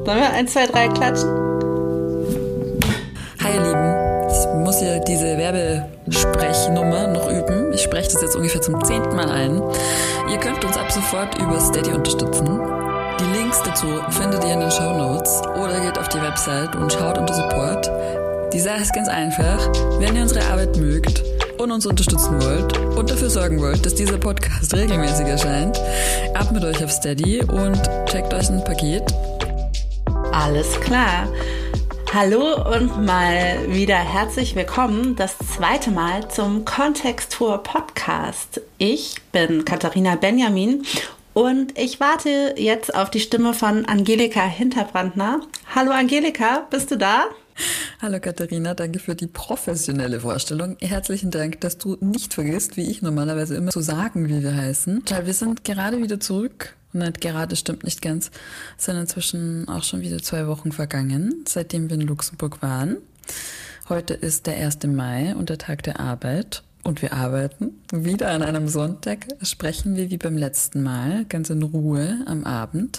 Sollen wir 1, 2, 3 klatschen? Hi ihr Lieben, ich muss hier diese Werbesprechnummer noch üben. Ich spreche das jetzt ungefähr zum 10. Mal ein. Ihr könnt uns ab sofort über Steady unterstützen. Die Links dazu findet ihr in den Shownotes oder geht auf die Website und schaut unter Support. Die Sache ist ganz einfach. Wenn ihr unsere Arbeit mögt und uns unterstützen wollt und dafür sorgen wollt, dass dieser Podcast regelmäßig erscheint, ab mit euch auf Steady und checkt euch ein Paket. Alles klar. Hallo und mal wieder herzlich willkommen, das zweite Mal zum Kontextur Podcast. Ich bin Katharina Benjamin und ich warte jetzt auf die Stimme von Angelika Hinterbrandner. Hallo Angelika, bist du da? Hallo Katharina, danke für die professionelle Vorstellung. Herzlichen Dank, dass du nicht vergisst, wie ich normalerweise immer zu sagen, wie wir heißen. Weil wir sind gerade wieder zurück. Nicht gerade, stimmt nicht ganz. Es sind inzwischen auch schon wieder 2 Wochen vergangen, seitdem wir in Luxemburg waren. Heute ist der 1. Mai und der Tag der Arbeit. Und wir arbeiten wieder an einem Sonntag. Sprechen wir wie beim letzten Mal, ganz in Ruhe am Abend.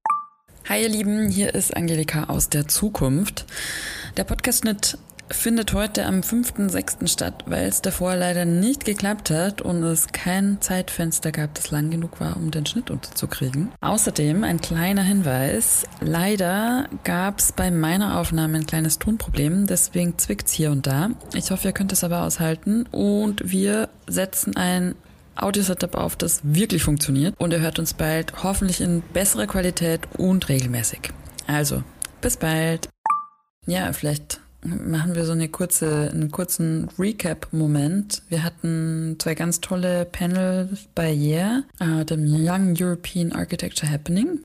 Hi ihr Lieben, hier ist Angelika aus der Zukunft. Der Podcast-Schnitt findet heute am 5.6. statt, weil es davor leider nicht geklappt hat und es kein Zeitfenster gab, das lang genug war, um den Schnitt unterzukriegen. Außerdem ein kleiner Hinweis. Leider gab es bei meiner Aufnahme ein kleines Tonproblem, deswegen zwickt's hier und da. Ich hoffe, ihr könnt es aber aushalten und wir setzen ein Audio-Setup auf, das wirklich funktioniert und ihr hört uns bald hoffentlich in besserer Qualität und regelmäßig. Also, bis bald. Ja, vielleicht machen wir so einen kurzen Recap-Moment. Wir hatten 2 ganz tolle Panels bei YEAR, dem Young European Architecture Happening.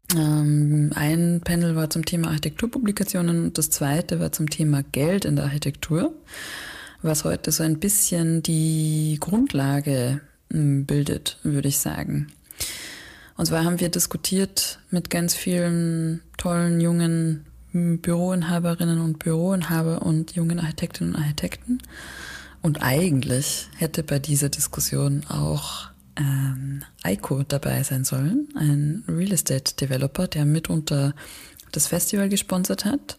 Ein Panel war zum Thema Architekturpublikationen und das zweite war zum Thema Geld in der Architektur, was heute so ein bisschen die Grundlage bildet, würde ich sagen. Und zwar haben wir diskutiert mit ganz vielen tollen jungen Büroinhaberinnen und Büroinhaber und jungen Architektinnen und Architekten. Und eigentlich hätte bei dieser Diskussion auch Eiko dabei sein sollen, ein Real Estate Developer, der mitunter das Festival gesponsert hat.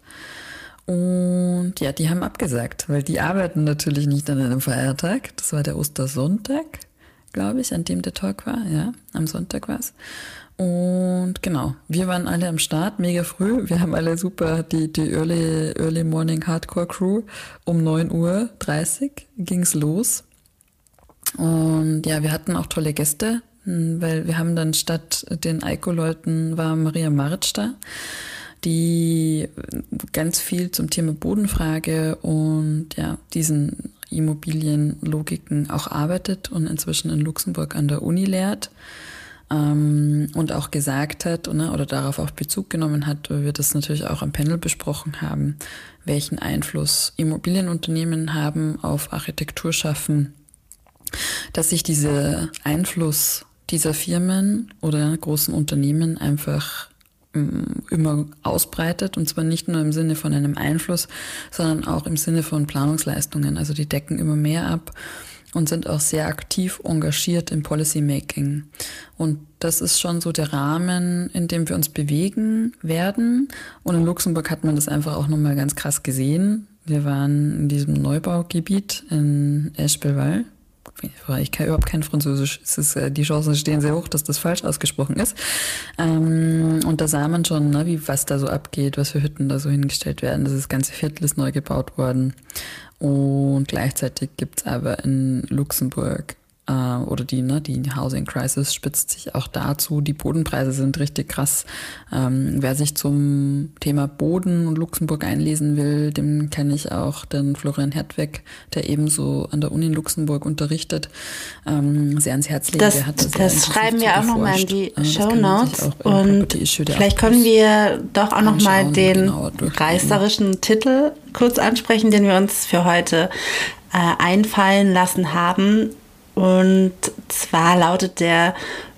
Und ja, die haben abgesagt, weil die arbeiten natürlich nicht an einem Feiertag. Das war der Ostersonntag, glaube ich, an dem der Talk war. Ja, am Sonntag war es. Und genau, wir waren alle am Start, mega früh. Wir haben alle super die Early Morning Hardcore Crew. Um 9:30 Uhr ging's los. Und ja, wir hatten auch tolle Gäste, weil wir haben dann statt den Eiko-Leuten war Maria Maric da, die ganz viel zum Thema Bodenfrage und ja, diesen Immobilienlogiken auch arbeitet und inzwischen in Luxemburg an der Uni lehrt. Und auch gesagt hat oder darauf auch Bezug genommen hat, weil wir das natürlich auch am Panel besprochen haben, welchen Einfluss Immobilienunternehmen haben auf Architekturschaffen, dass sich dieser Einfluss dieser Firmen oder großen Unternehmen einfach immer ausbreitet und zwar nicht nur im Sinne von einem Einfluss, sondern auch im Sinne von Planungsleistungen. Also die decken immer mehr ab und sind auch sehr aktiv engagiert im Policymaking. Und das ist schon so der Rahmen, in dem wir uns bewegen werden. Und in Luxemburg hat man das einfach auch nochmal ganz krass gesehen. Wir waren in diesem Neubaugebiet in Esch-Belval. Ich kann überhaupt kein Französisch. Die Chancen stehen sehr hoch, dass das falsch ausgesprochen ist. Und da sah man schon, was da so abgeht, was für Hütten da so hingestellt werden. Das ganze Viertel ist neu gebaut worden. Und gleichzeitig gibt's aber in Luxemburg die Housing Crisis spitzt sich auch dazu. Die Bodenpreise sind richtig krass. Wer sich zum Thema Boden und Luxemburg einlesen will, dem kann ich auch den Florian Hertweg, der ebenso an der Uni in Luxemburg unterrichtet, sehr ans Herz legen. Das schreiben wir auch nochmal in die Shownotes. Und vielleicht können wir doch auch nochmal den reißerischen Titel kurz ansprechen, den wir uns für heute einfallen lassen haben. Und zwar lautet der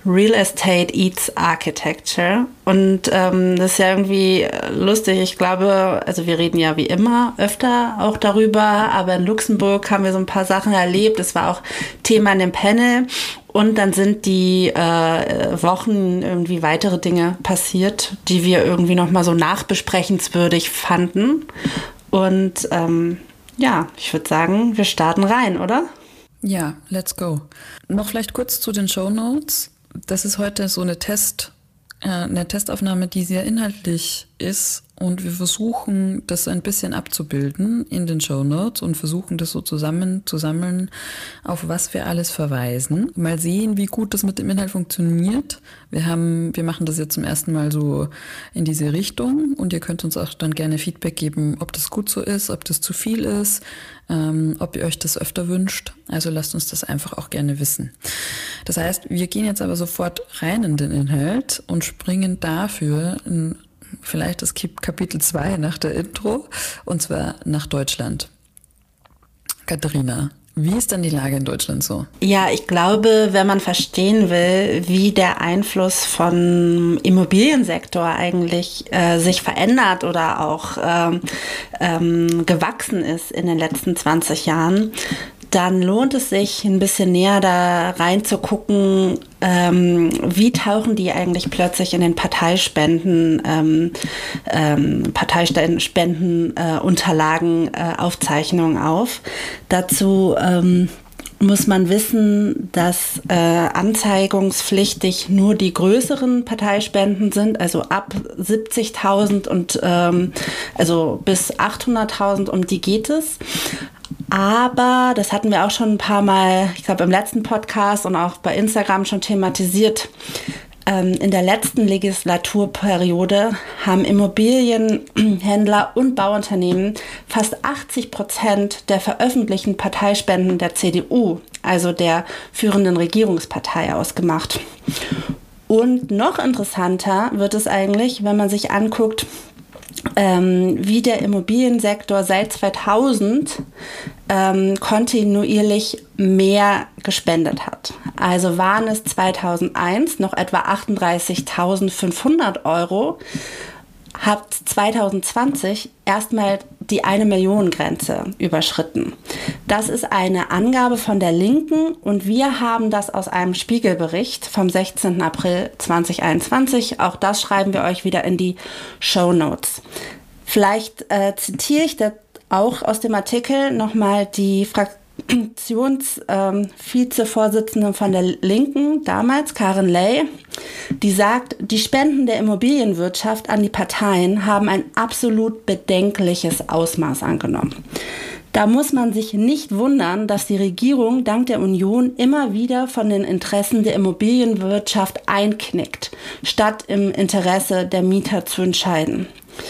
Real Estate Eats Architecture. Und das ist ja irgendwie lustig. Ich glaube, also wir reden ja wie immer öfter auch darüber, aber in Luxemburg haben wir so ein paar Sachen erlebt. Es war auch Thema in dem Panel. Und dann sind die Wochen irgendwie weitere Dinge passiert, die wir irgendwie nochmal so nachbesprechenswürdig fanden. Und ja, ich würde sagen, wir starten rein, oder? Ja, let's go. Noch vielleicht kurz zu den Shownotes. Das ist heute so eine Testaufnahme, die sehr inhaltlich ist, und wir versuchen, das ein bisschen abzubilden in den Shownotes und versuchen, das so zusammenzusammeln, auf was wir alles verweisen. Mal sehen, wie gut das mit dem Inhalt funktioniert. Wir machen das jetzt zum ersten Mal so in diese Richtung, und ihr könnt uns auch dann gerne Feedback geben, ob das gut so ist, ob das zu viel ist, ob ihr euch das öfter wünscht. Also lasst uns das einfach auch gerne wissen. Das heißt, wir gehen jetzt aber sofort rein in den Inhalt und springen dafür in vielleicht das Kapitel 2 nach der Intro, und zwar nach Deutschland. Katharina, wie ist denn die Lage in Deutschland so? Ja, ich glaube, wenn man verstehen will, wie der Einfluss vom Immobiliensektor eigentlich sich verändert oder auch gewachsen ist in den letzten 20 Jahren, dann lohnt es sich, ein bisschen näher da reinzugucken, wie tauchen die eigentlich plötzlich in den Unterlagen, Aufzeichnungen auf. Dazu muss man wissen, dass anzeigungspflichtig nur die größeren Parteispenden sind, also ab 70.000 und also bis 800.000, um die geht es. Aber, das hatten wir auch schon ein paar Mal, ich glaube im letzten Podcast und auch bei Instagram schon thematisiert, in der letzten Legislaturperiode haben Immobilienhändler und Bauunternehmen fast 80% der veröffentlichten Parteispenden der CDU, also der führenden Regierungspartei, ausgemacht. Und noch interessanter wird es eigentlich, wenn man sich anguckt, wie der Immobiliensektor seit 2000 kontinuierlich mehr gespendet hat. Also waren es 2001 noch etwa 38.500 Euro, hat 2020 erstmal die 1-Million-Grenze überschritten. Das ist eine Angabe von der Linken, und wir haben das aus einem Spiegelbericht vom 16. April 2021. Auch das schreiben wir euch wieder in die Shownotes. Vielleicht zitiere ich das auch aus dem Artikel nochmal die Fraktionsvizevorsitzende von der Linken damals, Karin Ley, die sagt, die Spenden der Immobilienwirtschaft an die Parteien haben ein absolut bedenkliches Ausmaß angenommen. Da muss man sich nicht wundern, dass die Regierung dank der Union immer wieder von den Interessen der Immobilienwirtschaft einknickt, statt im Interesse der Mieter zu entscheiden.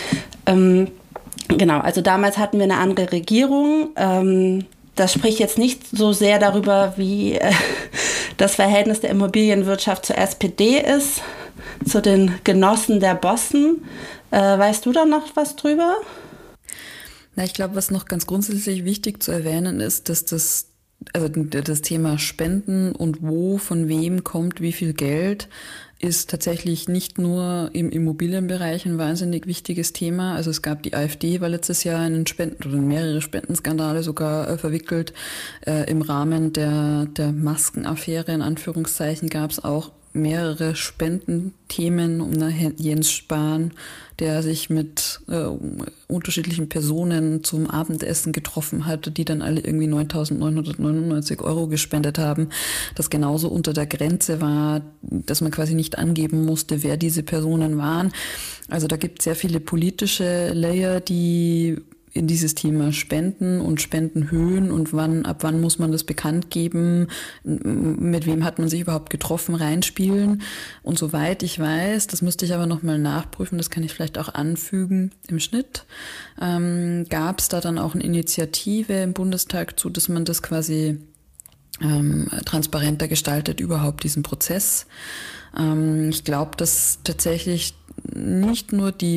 Genau, also damals hatten wir eine andere Regierung. Das spricht jetzt nicht so sehr darüber, wie das Verhältnis der Immobilienwirtschaft zur SPD ist, zu den Genossen der Bossen. Weißt du da noch was drüber? Na, ich glaube, was noch ganz grundsätzlich wichtig zu erwähnen ist, dass das Thema Spenden und wo, von wem kommt wie viel Geld, ist tatsächlich nicht nur im Immobilienbereich ein wahnsinnig wichtiges Thema. Also es gab die AfD, war letztes Jahr in mehrere Spendenskandale sogar verwickelt. Im Rahmen der Maskenaffäre in Anführungszeichen gab es auch mehrere Spendenthemen um Jens Spahn, der sich mit unterschiedlichen Personen zum Abendessen getroffen hatte, die dann alle irgendwie 9.999 Euro gespendet haben, das genauso unter der Grenze war, dass man quasi nicht angeben musste, wer diese Personen waren. Also da gibt es sehr viele politische Layer, die in dieses Thema Spenden und Spendenhöhen und ab wann muss man das bekannt geben, mit wem hat man sich überhaupt getroffen, reinspielen. Und soweit ich weiß, das müsste ich aber nochmal nachprüfen, das kann ich vielleicht auch anfügen im Schnitt, gab es da dann auch eine Initiative im Bundestag zu, dass man das quasi transparenter gestaltet, überhaupt diesen Prozess. Ich glaube, dass tatsächlich nicht nur die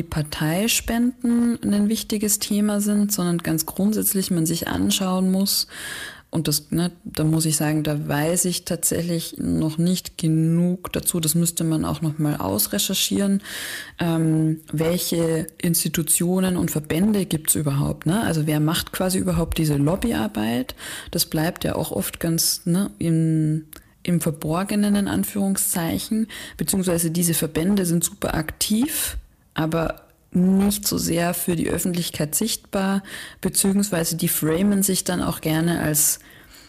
Parteispenden ein wichtiges Thema sind, sondern ganz grundsätzlich man sich anschauen muss, Und das, ne, da muss ich sagen, da weiß ich tatsächlich noch nicht genug dazu. Das müsste man auch nochmal ausrecherchieren. Welche Institutionen und Verbände gibt es überhaupt? Ne? Also wer macht quasi überhaupt diese Lobbyarbeit? Das bleibt ja auch oft ganz im Verborgenen in Anführungszeichen. Beziehungsweise diese Verbände sind super aktiv, aber nicht so sehr für die Öffentlichkeit sichtbar, beziehungsweise die framen sich dann auch gerne als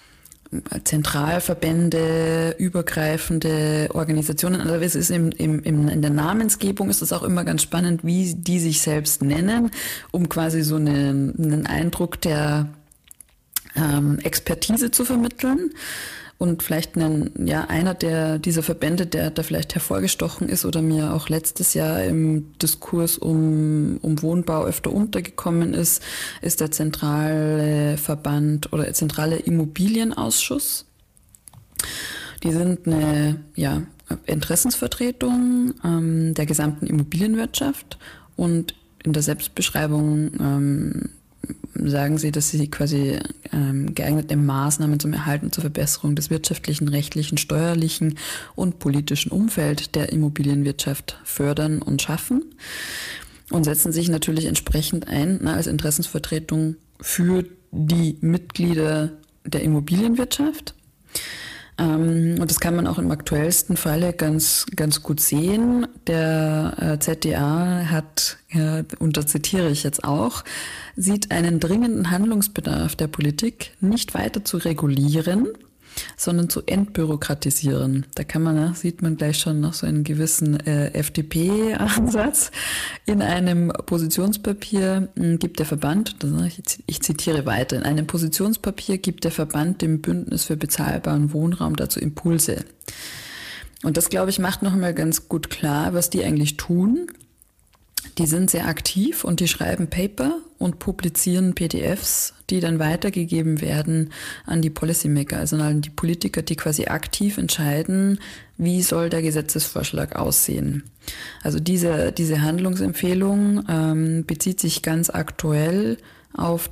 Zentralverbände, übergreifende Organisationen. Also es ist in der Namensgebung ist es auch immer ganz spannend, wie die sich selbst nennen, um quasi so einen Eindruck der Expertise zu vermitteln. Und vielleicht einer dieser Verbände, der da vielleicht hervorgestochen ist oder mir auch letztes Jahr im Diskurs um Wohnbau öfter untergekommen ist der zentrale Verband oder zentrale Immobilienausschuss. Die sind eine Interessensvertretung der gesamten Immobilienwirtschaft und in der Selbstbeschreibung sagen sie, dass sie quasi geeignete Maßnahmen zum Erhalt und zur Verbesserung des wirtschaftlichen, rechtlichen, steuerlichen und politischen Umfeld der Immobilienwirtschaft fördern und schaffen und setzen sich natürlich entsprechend ein als Interessensvertretung für die Mitglieder der Immobilienwirtschaft. Und das kann man auch im aktuellsten Falle ganz, ganz gut sehen. Der ZDA hat, und da zitiere ich jetzt auch, sieht einen dringenden Handlungsbedarf der Politik, nicht weiter zu regulieren, sondern zu entbürokratisieren. Da sieht man gleich schon noch so einen gewissen FDP-Ansatz. In einem Positionspapier gibt der Verband, ich zitiere weiter, in einem Positionspapier gibt der Verband dem Bündnis für bezahlbaren Wohnraum dazu Impulse. Und das, glaube ich, macht nochmal ganz gut klar, was die eigentlich tun. Die sind sehr aktiv und die schreiben Paper und publizieren PDFs, die dann weitergegeben werden an die Policymaker, also an die Politiker, die quasi aktiv entscheiden, wie soll der Gesetzesvorschlag aussehen. Also diese Handlungsempfehlung bezieht sich ganz aktuell auf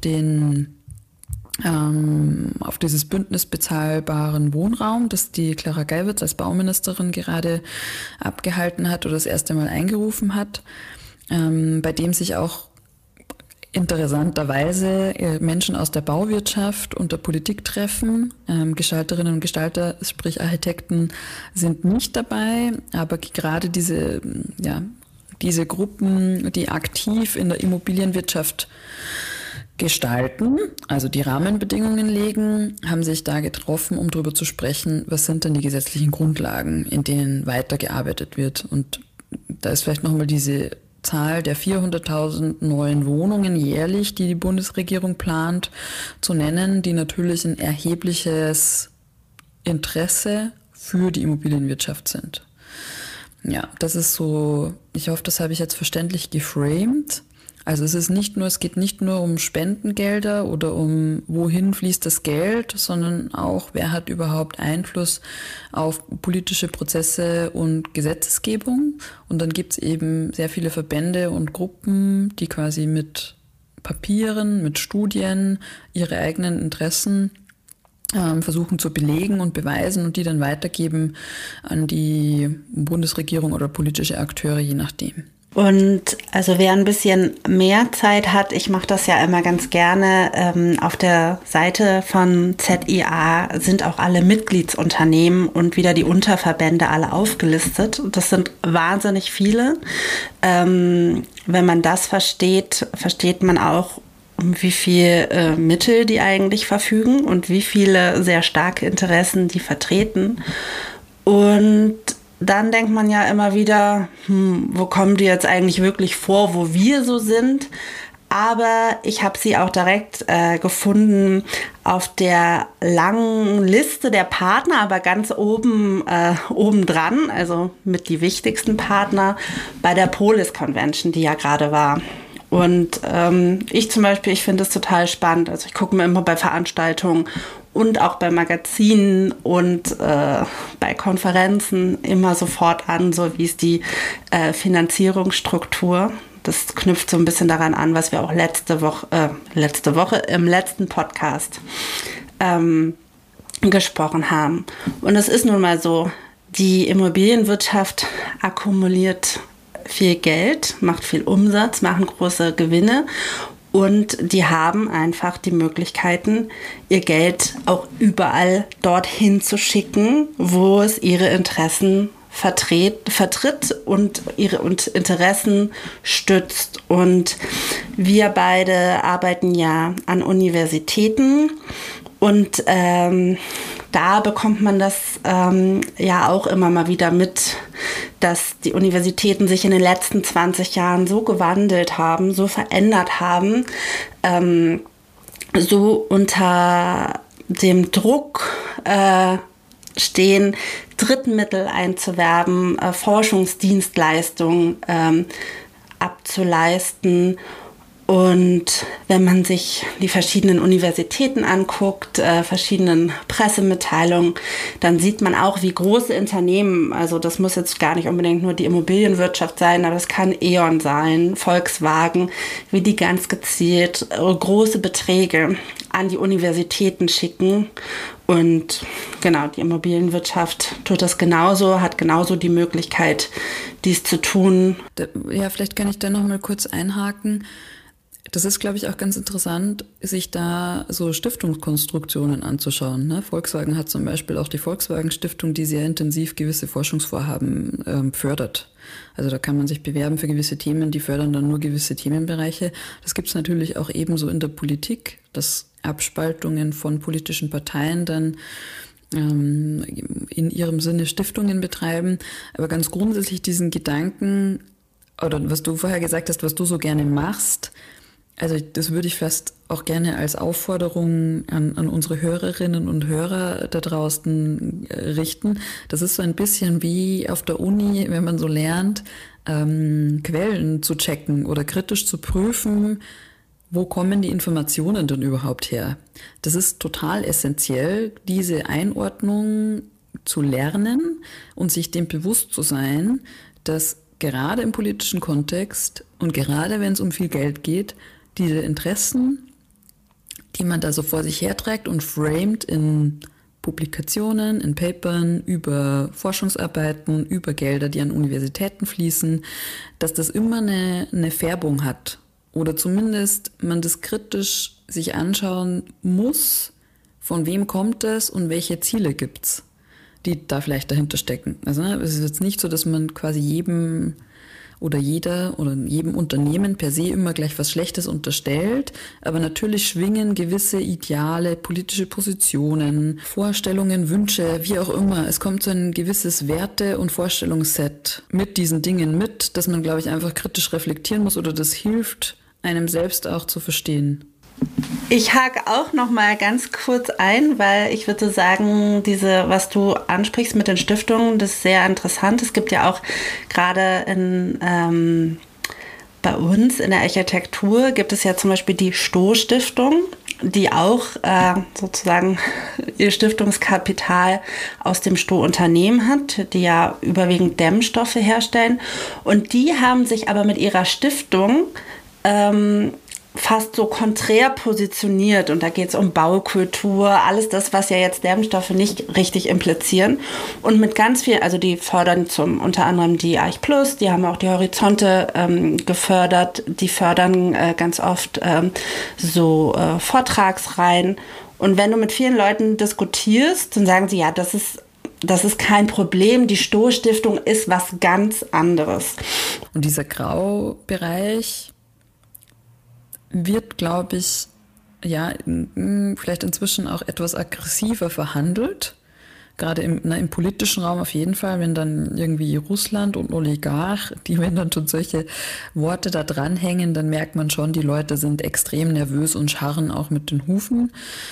dieses Bündnis bezahlbaren Wohnraum, das die Clara Geiwitz als Bauministerin gerade abgehalten hat oder das erste Mal eingerufen hat. Bei dem sich auch interessanterweise Menschen aus der Bauwirtschaft und der Politik treffen. Gestalterinnen und Gestalter, sprich Architekten, sind nicht dabei, aber gerade diese Gruppen, die aktiv in der Immobilienwirtschaft gestalten, also die Rahmenbedingungen legen, haben sich da getroffen, um darüber zu sprechen, was sind denn die gesetzlichen Grundlagen, in denen weitergearbeitet wird. Und da ist vielleicht nochmal diese Zahl der 400.000 neuen Wohnungen jährlich, die die Bundesregierung plant, zu nennen, die natürlich ein erhebliches Interesse für die Immobilienwirtschaft sind. Ja, das ist so, ich hoffe, das habe ich jetzt verständlich geframed. Also es geht nicht nur um Spendengelder oder um wohin fließt das Geld, sondern auch, wer hat überhaupt Einfluss auf politische Prozesse und Gesetzgebung. Und dann gibt es eben sehr viele Verbände und Gruppen, die quasi mit Papieren, mit Studien ihre eigenen Interessen versuchen zu belegen und beweisen und die dann weitergeben an die Bundesregierung oder politische Akteure, je nachdem. Und also wer ein bisschen mehr Zeit hat, ich mache das ja immer ganz gerne, auf der Seite von ZIA sind auch alle Mitgliedsunternehmen und wieder die Unterverbände alle aufgelistet. Das sind wahnsinnig viele. Wenn man das versteht, versteht man auch, um wie viel Mittel die eigentlich verfügen und wie viele sehr starke Interessen die vertreten. Und dann denkt man ja immer wieder, wo kommen die jetzt eigentlich wirklich vor, wo wir so sind? Aber ich habe sie auch direkt gefunden auf der langen Liste der Partner, aber ganz oben dran, also mit die wichtigsten Partner bei der Polis Convention, die ja gerade war. Und ich zum Beispiel, ich finde es total spannend. Also ich gucke mir immer bei Veranstaltungen und auch bei Magazinen und bei Konferenzen immer sofort an, so wie ist die Finanzierungsstruktur. Das knüpft so ein bisschen daran an, was wir auch letzte Woche im letzten Podcast gesprochen haben. Und es ist nun mal so, die Immobilienwirtschaft akkumuliert viel Geld, macht viel Umsatz, machen große Gewinne und die haben einfach die Möglichkeiten, ihr Geld auch überall dorthin zu schicken, wo es ihre Interessen vertritt und ihre Interessen stützt. Und wir beide arbeiten ja an Universitäten und da bekommt man das ja auch immer mal wieder mit, dass die Universitäten sich in den letzten 20 Jahren so gewandelt haben, so verändert haben, so unter dem Druck stehen, Drittmittel einzuwerben, Forschungsdienstleistungen abzuleisten. Und wenn man sich die verschiedenen Universitäten anguckt, verschiedenen Pressemitteilungen, dann sieht man auch, wie große Unternehmen, also das muss jetzt gar nicht unbedingt nur die Immobilienwirtschaft sein, aber es kann E.ON sein, Volkswagen, wie die ganz gezielt große Beträge an die Universitäten schicken. Und genau, die Immobilienwirtschaft tut das genauso, hat genauso die Möglichkeit, dies zu tun. Ja, vielleicht kann ich da noch mal kurz einhaken. Das ist, glaube ich, auch ganz interessant, sich da so Stiftungskonstruktionen anzuschauen. Ne? Volkswagen hat zum Beispiel auch die Volkswagen-Stiftung, die sehr intensiv gewisse Forschungsvorhaben fördert. Also da kann man sich bewerben für gewisse Themen, die fördern dann nur gewisse Themenbereiche. Das gibt es natürlich auch ebenso in der Politik, dass Abspaltungen von politischen Parteien dann in ihrem Sinne Stiftungen betreiben. Aber ganz grundsätzlich diesen Gedanken, oder was du vorher gesagt hast, was du so gerne machst, also das würde ich fast auch gerne als Aufforderung an unsere Hörerinnen und Hörer da draußen richten. Das ist so ein bisschen wie auf der Uni, wenn man so lernt, Quellen zu checken oder kritisch zu prüfen, wo kommen die Informationen denn überhaupt her? Das ist total essentiell, diese Einordnung zu lernen und sich dem bewusst zu sein, dass gerade im politischen Kontext und gerade wenn es um viel Geld geht, diese Interessen, die man da so vor sich herträgt und framet in Publikationen, in Papern, über Forschungsarbeiten, über Gelder, die an Universitäten fließen, dass das immer eine Färbung hat. Oder zumindest man das kritisch sich anschauen muss, von wem kommt es und welche Ziele gibt's, die da vielleicht dahinter stecken. Also es ist jetzt nicht so, dass man quasi jedem Unternehmen per se immer gleich was Schlechtes unterstellt, aber natürlich schwingen gewisse Ideale, politische Positionen, Vorstellungen, Wünsche, wie auch immer. Es kommt so ein gewisses Werte- und Vorstellungsset mit diesen Dingen mit, dass man, glaube ich, einfach kritisch reflektieren muss oder das hilft, einem selbst auch zu verstehen. Ich hake auch noch mal ganz kurz ein, weil ich würde sagen, was du ansprichst mit den Stiftungen, das ist sehr interessant. Es gibt ja auch gerade bei uns in der Architektur gibt es ja zum Beispiel die Stoh-Stiftung, die auch sozusagen ihr Stiftungskapital aus dem Stoh-Unternehmen hat, die ja überwiegend Dämmstoffe herstellen. Und die haben sich aber mit ihrer Stiftung fast so konträr positioniert, und da geht es um Baukultur, alles das, was ja jetzt Dämmstoffe nicht richtig implizieren, und mit ganz viel, also die fördern unter anderem die Arch Plus, die haben auch die Horizonte gefördert, die fördern ganz oft Vortragsreihen, und wenn du mit vielen Leuten diskutierst, dann sagen sie, ja, das ist kein Problem, die Stoh-Stiftung ist was ganz anderes. Und dieser Graubereich wird, glaube ich, ja, vielleicht inzwischen auch etwas aggressiver verhandelt. Gerade im politischen Raum auf jeden Fall, wenn dann irgendwie Russland und Oligarch, wenn dann schon solche Worte da dranhängen, dann merkt man schon, die Leute sind extrem nervös und scharren auch mit den Hufen.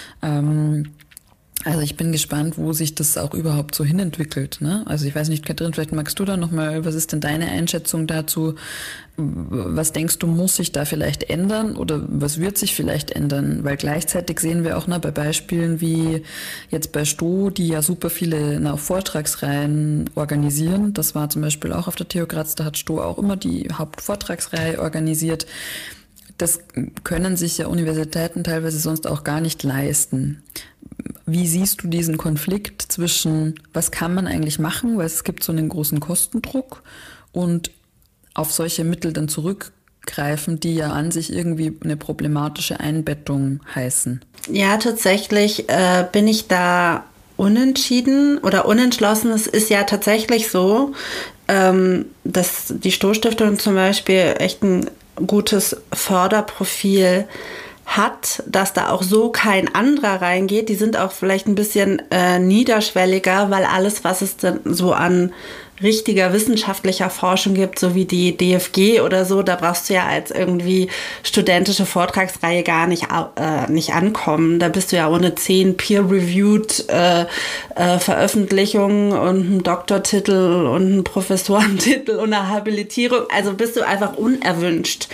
Also ich bin gespannt, wo sich das auch überhaupt so hinentwickelt, ne? Also ich weiß nicht, Katrin, vielleicht magst du da nochmal, was ist denn deine Einschätzung dazu? Was denkst du, muss sich da vielleicht ändern oder was wird sich vielleicht ändern? Weil gleichzeitig sehen wir auch bei Beispielen wie jetzt bei Stoh, die ja super viele Vortragsreihen organisieren. Das war zum Beispiel auch auf der TU Graz, da hat Stoh auch immer die Hauptvortragsreihe organisiert. Das können sich ja Universitäten teilweise sonst auch gar nicht leisten. Wie siehst du diesen Konflikt zwischen, was kann man eigentlich machen, weil es gibt so einen großen Kostendruck und auf solche Mittel dann zurückgreifen, die ja an sich irgendwie eine problematische Einbettung heißen? Ja, tatsächlich bin ich da unentschieden oder unentschlossen. Es ist ja tatsächlich so, dass die Stoß-Stiftung zum Beispiel echt ein gutes Förderprofil hat, dass da auch so kein anderer reingeht. Die sind auch vielleicht ein bisschen niederschwelliger, weil alles, was es dann so an richtiger wissenschaftlicher Forschung gibt, so wie die DFG oder so, da brauchst du ja als irgendwie studentische Vortragsreihe gar nicht ankommen. Da bist du ja ohne 10 peer-reviewed Veröffentlichungen und einen Doktortitel und einen Professorentitel und eine Habilitierung. Also bist du einfach unerwünscht.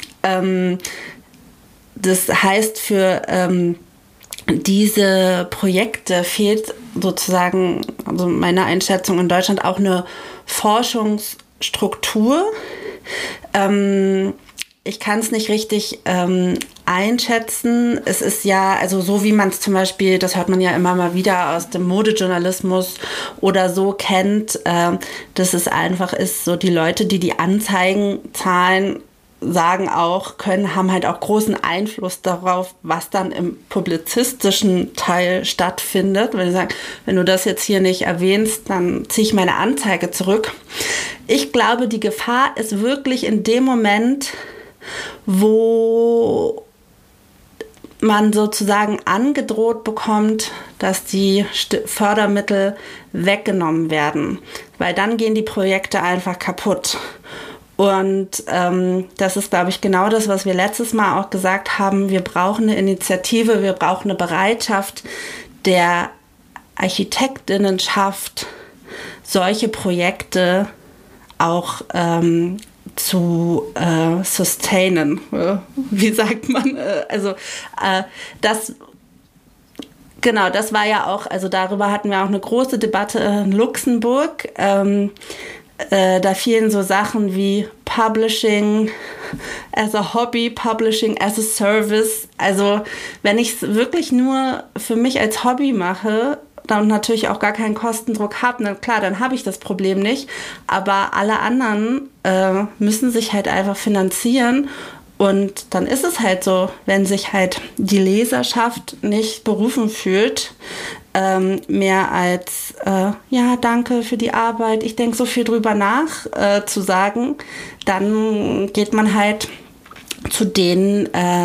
Das heißt, für diese Projekte fehlt sozusagen, also meiner Einschätzung in Deutschland, auch eine Forschungsstruktur. Ich kann es nicht richtig einschätzen. Es ist ja, also so wie man es zum Beispiel, das hört man ja immer mal wieder aus dem Modejournalismus oder so kennt, dass es einfach ist, so die Leute, die die Anzeigen zahlen, sagen auch, haben halt auch großen Einfluss darauf, was dann im publizistischen Teil stattfindet. Wenn sie sagen, wenn du das jetzt hier nicht erwähnst, dann ziehe ich meine Anzeige zurück. Ich glaube, die Gefahr ist wirklich in dem Moment, wo man sozusagen angedroht bekommt, dass die Fördermittel weggenommen werden, weil dann gehen die Projekte einfach kaputt. Und das ist, glaube ich, genau das, was wir letztes Mal auch gesagt haben. Wir brauchen eine Initiative, wir brauchen eine Bereitschaft der Architektinnenschaft, solche Projekte auch zu sustainen. Wie sagt man? Genau, das war ja auch, also darüber hatten wir auch eine große Debatte in Luxemburg. Da fielen so Sachen wie Publishing as a Hobby, Publishing as a Service. Also wenn ich es wirklich nur für mich als Hobby mache, dann natürlich auch gar keinen Kostendruck habe, dann klar, dann habe ich das Problem nicht. Aber alle anderen müssen sich halt einfach finanzieren. Und dann ist es halt so, wenn sich halt die Leserschaft nicht berufen fühlt, mehr als, ja, danke für die Arbeit, ich denke so viel drüber nach, zu sagen, dann geht man halt zu den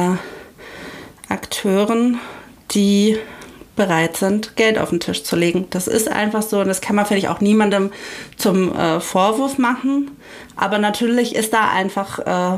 Akteuren, die bereit sind, Geld auf den Tisch zu legen. Das ist einfach so und das kann man vielleicht auch niemandem zum Vorwurf machen, aber natürlich ist da einfach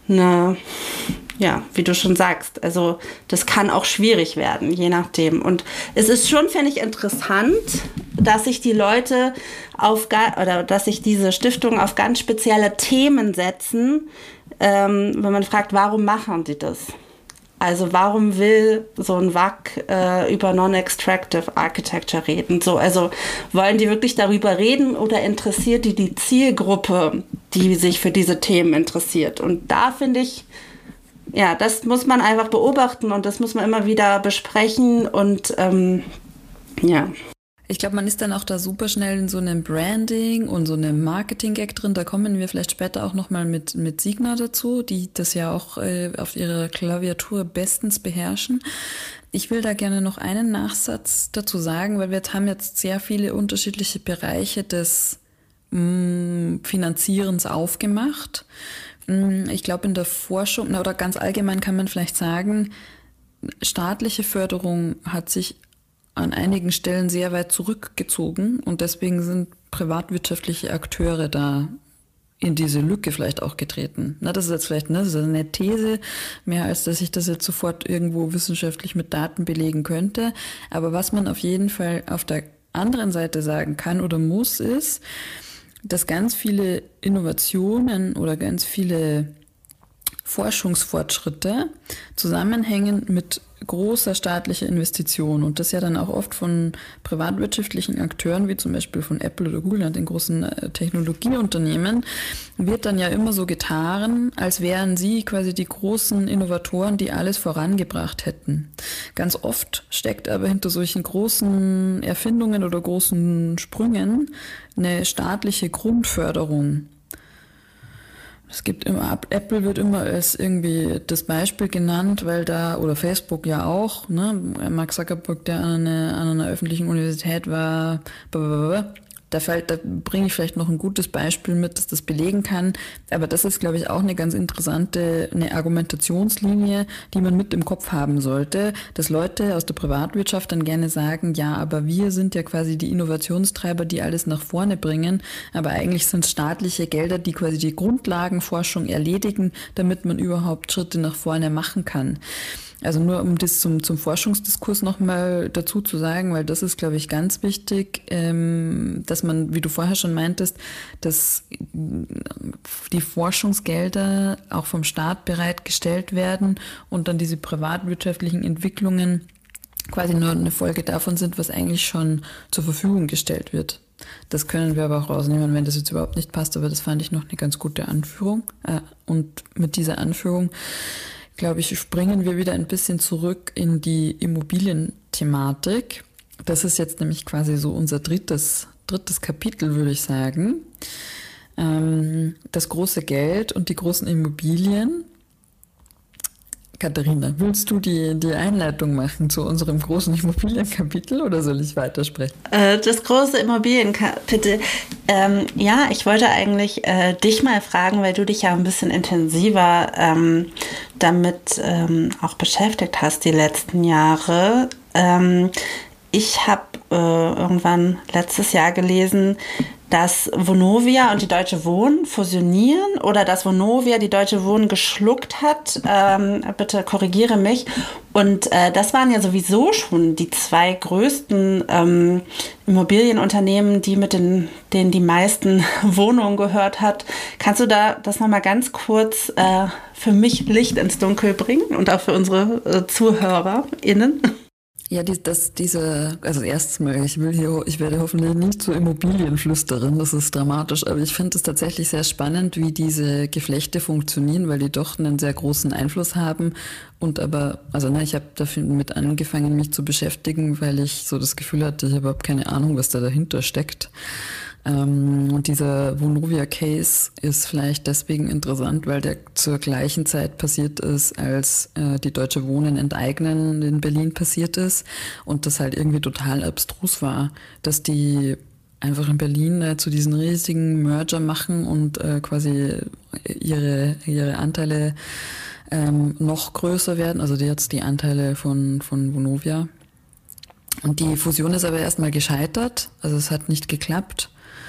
ja, wie du schon sagst, also das kann auch schwierig werden, je nachdem. Und es ist schon, finde ich, interessant, dass sich die Leute dass sich diese Stiftungen auf ganz spezielle Themen setzen, wenn man fragt, warum machen die das? Also warum will so ein WAC über Non-Extractive Architecture reden? So, also wollen die wirklich darüber reden oder interessiert die Zielgruppe, die sich für diese Themen interessiert? Und da finde ich, ja, das muss man einfach beobachten und das muss man immer wieder besprechen und ja. Ich glaube, man ist dann auch da super schnell in so einem Branding und so einem Marketing-Gag drin. Da kommen wir vielleicht später auch nochmal mit Signa dazu, die das ja auch auf ihrer Klaviatur bestens beherrschen. Ich will da gerne noch einen Nachsatz dazu sagen, weil wir haben jetzt sehr viele unterschiedliche Bereiche des Finanzierens aufgemacht. Ich glaube, in der Forschung oder ganz allgemein kann man vielleicht sagen, staatliche Förderung hat sich an einigen Stellen sehr weit zurückgezogen und deswegen sind privatwirtschaftliche Akteure da in diese Lücke vielleicht auch getreten. Na, das ist jetzt vielleicht das ist eine These, mehr als dass ich das jetzt sofort irgendwo wissenschaftlich mit Daten belegen könnte. Aber was man auf jeden Fall auf der anderen Seite sagen kann oder muss, ist, dass ganz viele Innovationen oder ganz viele Forschungsfortschritte zusammenhängen mit großer staatlicher Investition und das ja dann auch oft von privatwirtschaftlichen Akteuren, wie zum Beispiel von Apple oder Google, den großen Technologieunternehmen, wird dann ja immer so getan, als wären sie quasi die großen Innovatoren, die alles vorangebracht hätten. Ganz oft steckt aber hinter solchen großen Erfindungen oder großen Sprüngen eine staatliche Grundförderung. Es gibt immer, Apple wird immer als irgendwie das Beispiel genannt, weil da, oder Facebook ja auch, ne, Mark Zuckerberg, der an einer öffentlichen Universität war, da bringe ich vielleicht noch ein gutes Beispiel mit, das das belegen kann. Aber das ist, glaube ich, auch eine ganz interessante, eine Argumentationslinie, die man mit im Kopf haben sollte, dass Leute aus der Privatwirtschaft dann gerne sagen, ja, aber wir sind ja quasi die Innovationstreiber, die alles nach vorne bringen. Aber eigentlich sind es staatliche Gelder, die quasi die Grundlagenforschung erledigen, damit man überhaupt Schritte nach vorne machen kann. Also nur um das zum Forschungsdiskurs nochmal dazu zu sagen, weil das ist, glaube ich, ganz wichtig, dass man, wie du vorher schon meintest, dass die Forschungsgelder auch vom Staat bereitgestellt werden und dann diese privatwirtschaftlichen Entwicklungen quasi nur eine Folge davon sind, was eigentlich schon zur Verfügung gestellt wird. Das können wir aber auch rausnehmen, wenn das jetzt überhaupt nicht passt, aber das fand ich noch eine ganz gute Anführung. Und mit dieser Anführung, glaube ich, springen wir wieder ein bisschen zurück in die Immobilienthematik. Das ist jetzt nämlich quasi so unser drittes Kapitel, würde ich sagen. Das große Geld und die großen Immobilien. Katharina, willst du die Einleitung machen zu unserem großen Immobilienkapitel oder soll ich weitersprechen? Das große Immobilienkapitel. Ja, ich wollte eigentlich dich mal fragen, weil du dich ja ein bisschen intensiver damit auch beschäftigt hast die letzten Jahre. Ich habe irgendwann letztes Jahr gelesen, dass Vonovia und die Deutsche Wohnen fusionieren oder dass Vonovia die Deutsche Wohnen geschluckt hat. Bitte korrigiere mich. Und das waren ja sowieso schon die zwei größten Immobilienunternehmen, denen die meisten Wohnungen gehört hat. Kannst du da das nochmal ganz kurz für mich Licht ins Dunkel bringen und auch für unsere ZuhörerInnen? Ja, also erstens mal, ich werde hoffentlich nicht zur Immobilienflüsterin, das ist dramatisch, aber ich finde es tatsächlich sehr spannend, wie diese Geflechte funktionieren, weil die doch einen sehr großen Einfluss haben ich habe dafür mit angefangen, mich zu beschäftigen, weil ich so das Gefühl hatte, ich habe überhaupt keine Ahnung, was da dahinter steckt. Und dieser Vonovia-Case ist vielleicht deswegen interessant, weil der zur gleichen Zeit passiert ist, als die Deutsche Wohnen enteignen in Berlin passiert ist und das halt irgendwie total abstrus war, dass die einfach in Berlin zu diesen riesigen Merger machen und quasi ihre Anteile noch größer werden, also jetzt die Anteile von Vonovia. Und die Fusion ist aber erstmal gescheitert, also es hat nicht geklappt.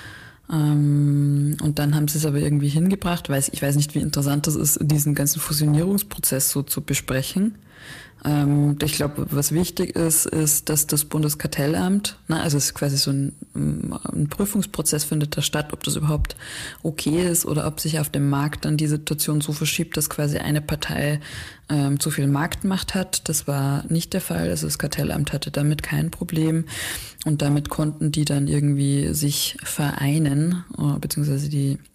Und dann haben sie es aber irgendwie hingebracht, weil ich weiß nicht, wie interessant das ist, diesen ganzen Fusionierungsprozess so zu besprechen. Ich glaube, was wichtig ist, dass das Bundeskartellamt, also es ist quasi so ein Prüfungsprozess findet da statt, ob das überhaupt okay ist oder ob sich auf dem Markt dann die Situation so verschiebt, dass quasi eine Partei zu viel Marktmacht hat. Das war nicht der Fall. Also das Kartellamt hatte damit kein Problem und damit konnten die dann irgendwie sich vereinen, beziehungsweise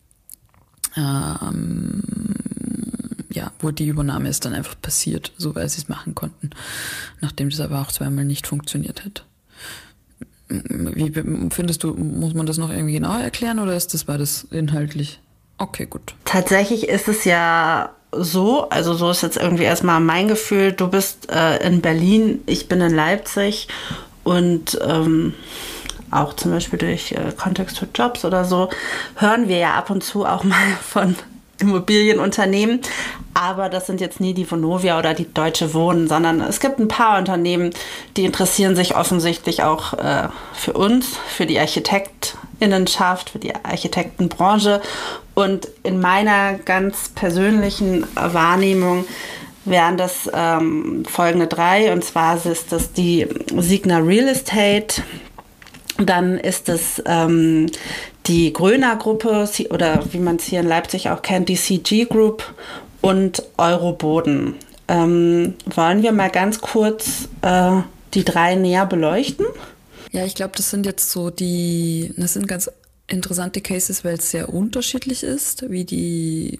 wo die Übernahme ist dann einfach passiert, so weil sie es machen konnten, nachdem das aber auch zweimal nicht funktioniert hat. Wie findest du, muss man das noch irgendwie genauer erklären oder war das inhaltlich? Okay, gut. Tatsächlich ist es ja so, also so ist jetzt irgendwie erstmal mein Gefühl, du bist in Berlin, ich bin in Leipzig und auch zum Beispiel durch Kontext für Jobs oder so, hören wir ja ab und zu auch mal von Immobilienunternehmen, aber das sind jetzt nie die Vonovia oder die Deutsche Wohnen, sondern es gibt ein paar Unternehmen, die interessieren sich offensichtlich auch für uns, für die Architektinnenschaft, für die Architektenbranche und in meiner ganz persönlichen Wahrnehmung wären das folgende drei, und zwar ist das die Signa Real Estate, dann ist es die Gröner-Gruppe oder wie man es hier in Leipzig auch kennt, die CG Group und Euroboden. wollen wir mal ganz kurz die 3 näher beleuchten? Ja, ich glaube, das sind jetzt so das sind ganz interessante Cases, weil es sehr unterschiedlich ist, wie die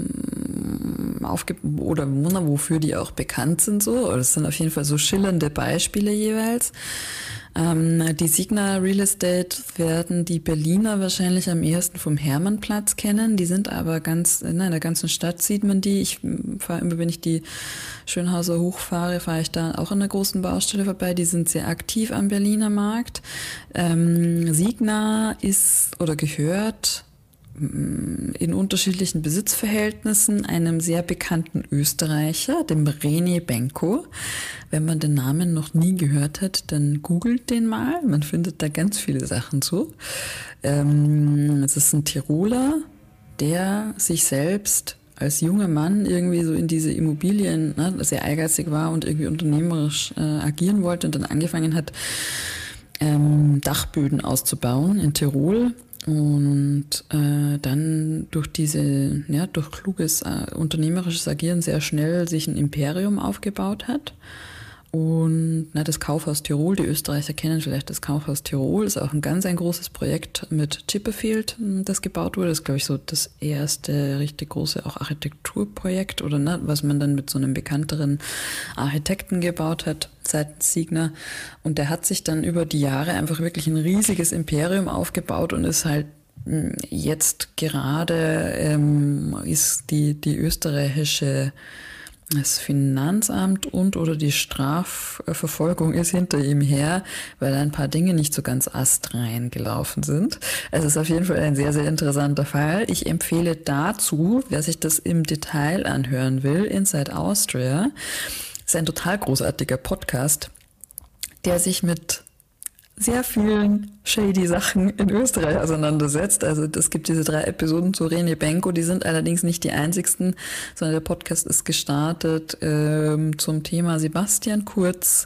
oder wofür die auch bekannt sind so. Das sind auf jeden Fall so schillernde Beispiele jeweils. Die Signa Real Estate werden die Berliner wahrscheinlich am ehesten vom Hermannplatz kennen. Die sind aber in der ganzen Stadt sieht man die. Ich fahre immer, wenn ich die Schönhauser hochfahre, fahre ich da auch an der großen Baustelle vorbei. Die sind sehr aktiv am Berliner Markt. Signa ist oder gehört in unterschiedlichen Besitzverhältnissen einem sehr bekannten Österreicher, dem René Benko. Wenn man den Namen noch nie gehört hat, dann googelt den mal. Man findet da ganz viele Sachen zu. Es ist ein Tiroler, der sich selbst als junger Mann irgendwie so in diese Immobilien sehr ehrgeizig war und irgendwie unternehmerisch agieren wollte und dann angefangen hat, Dachböden auszubauen in Tirol. Und dann durch kluges unternehmerisches Agieren sehr schnell sich ein Imperium aufgebaut hat. Und das Kaufhaus Tirol, die Österreicher kennen vielleicht das Kaufhaus Tirol, ist auch ein großes Projekt mit Chipperfield, das gebaut wurde. Das ist, glaube ich, so das erste richtig große auch Architekturprojekt oder was man dann mit so einem bekannteren Architekten gebaut hat, seitens Signa. Und der hat sich dann über die Jahre einfach wirklich ein riesiges Imperium aufgebaut und ist halt jetzt gerade ist die österreichische das Finanzamt oder die Strafverfolgung ist hinter ihm her, weil ein paar Dinge nicht so ganz astrein gelaufen sind. Es ist auf jeden Fall ein sehr, sehr interessanter Fall. Ich empfehle dazu, wer sich das im Detail anhören will, Inside Austria. Das ist ein total großartiger Podcast, der sich mit sehr vielen shady Sachen in Österreich auseinandersetzt. Also es gibt diese 3 Episoden zu René Benko, die sind allerdings nicht die einzigsten, sondern der Podcast ist gestartet zum Thema Sebastian Kurz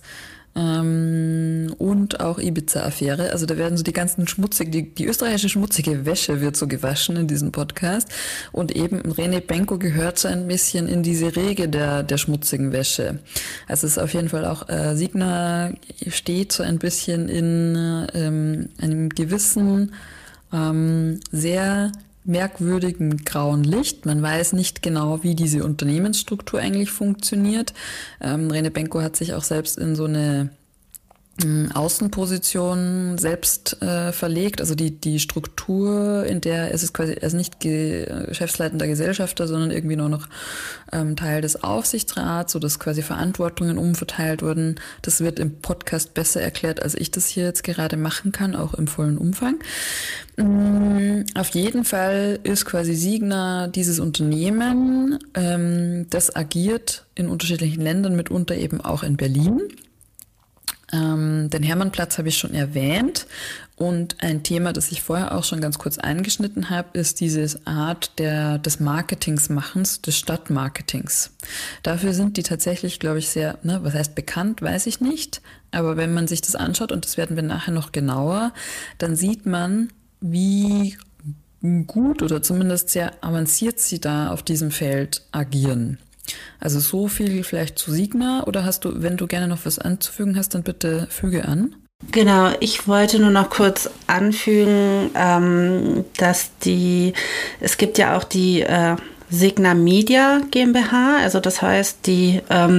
und auch Ibiza-Affäre. Also da werden so die ganzen die österreichische schmutzige Wäsche wird so gewaschen in diesem Podcast. Und eben René Benko gehört so ein bisschen in diese Riege der schmutzigen Wäsche. Also es ist auf jeden Fall auch, Signa steht so ein bisschen in einem gewissen, sehr merkwürdigen grauen Licht. Man weiß nicht genau, wie diese Unternehmensstruktur eigentlich funktioniert. René Benko hat sich auch selbst in so eine Außenposition selbst verlegt, also die Struktur, in der es ist quasi, er ist nicht geschäftsleitender Gesellschafter, sondern irgendwie nur noch Teil des Aufsichtsrats, so dass quasi Verantwortungen umverteilt wurden. Das wird im Podcast besser erklärt, als ich das hier jetzt gerade machen kann, auch im vollen Umfang. Auf jeden Fall ist quasi Signa dieses Unternehmen, das agiert in unterschiedlichen Ländern, mitunter eben auch in Berlin. Den Hermannplatz habe ich schon erwähnt und ein Thema, das ich vorher auch schon ganz kurz angeschnitten habe, ist diese Art des Marketingsmachens, des Stadtmarketings. Dafür sind die tatsächlich, glaube ich, sehr, was heißt bekannt, weiß ich nicht, aber wenn man sich das anschaut, und das werden wir nachher noch genauer, dann sieht man, wie gut oder zumindest sehr avanciert sie da auf diesem Feld agieren. Also so viel vielleicht zu Signa, oder hast du, wenn du gerne noch was anzufügen hast, dann bitte füge an. Genau, ich wollte nur noch kurz anfügen, dass es gibt ja auch die Signa Media GmbH, also das heißt, die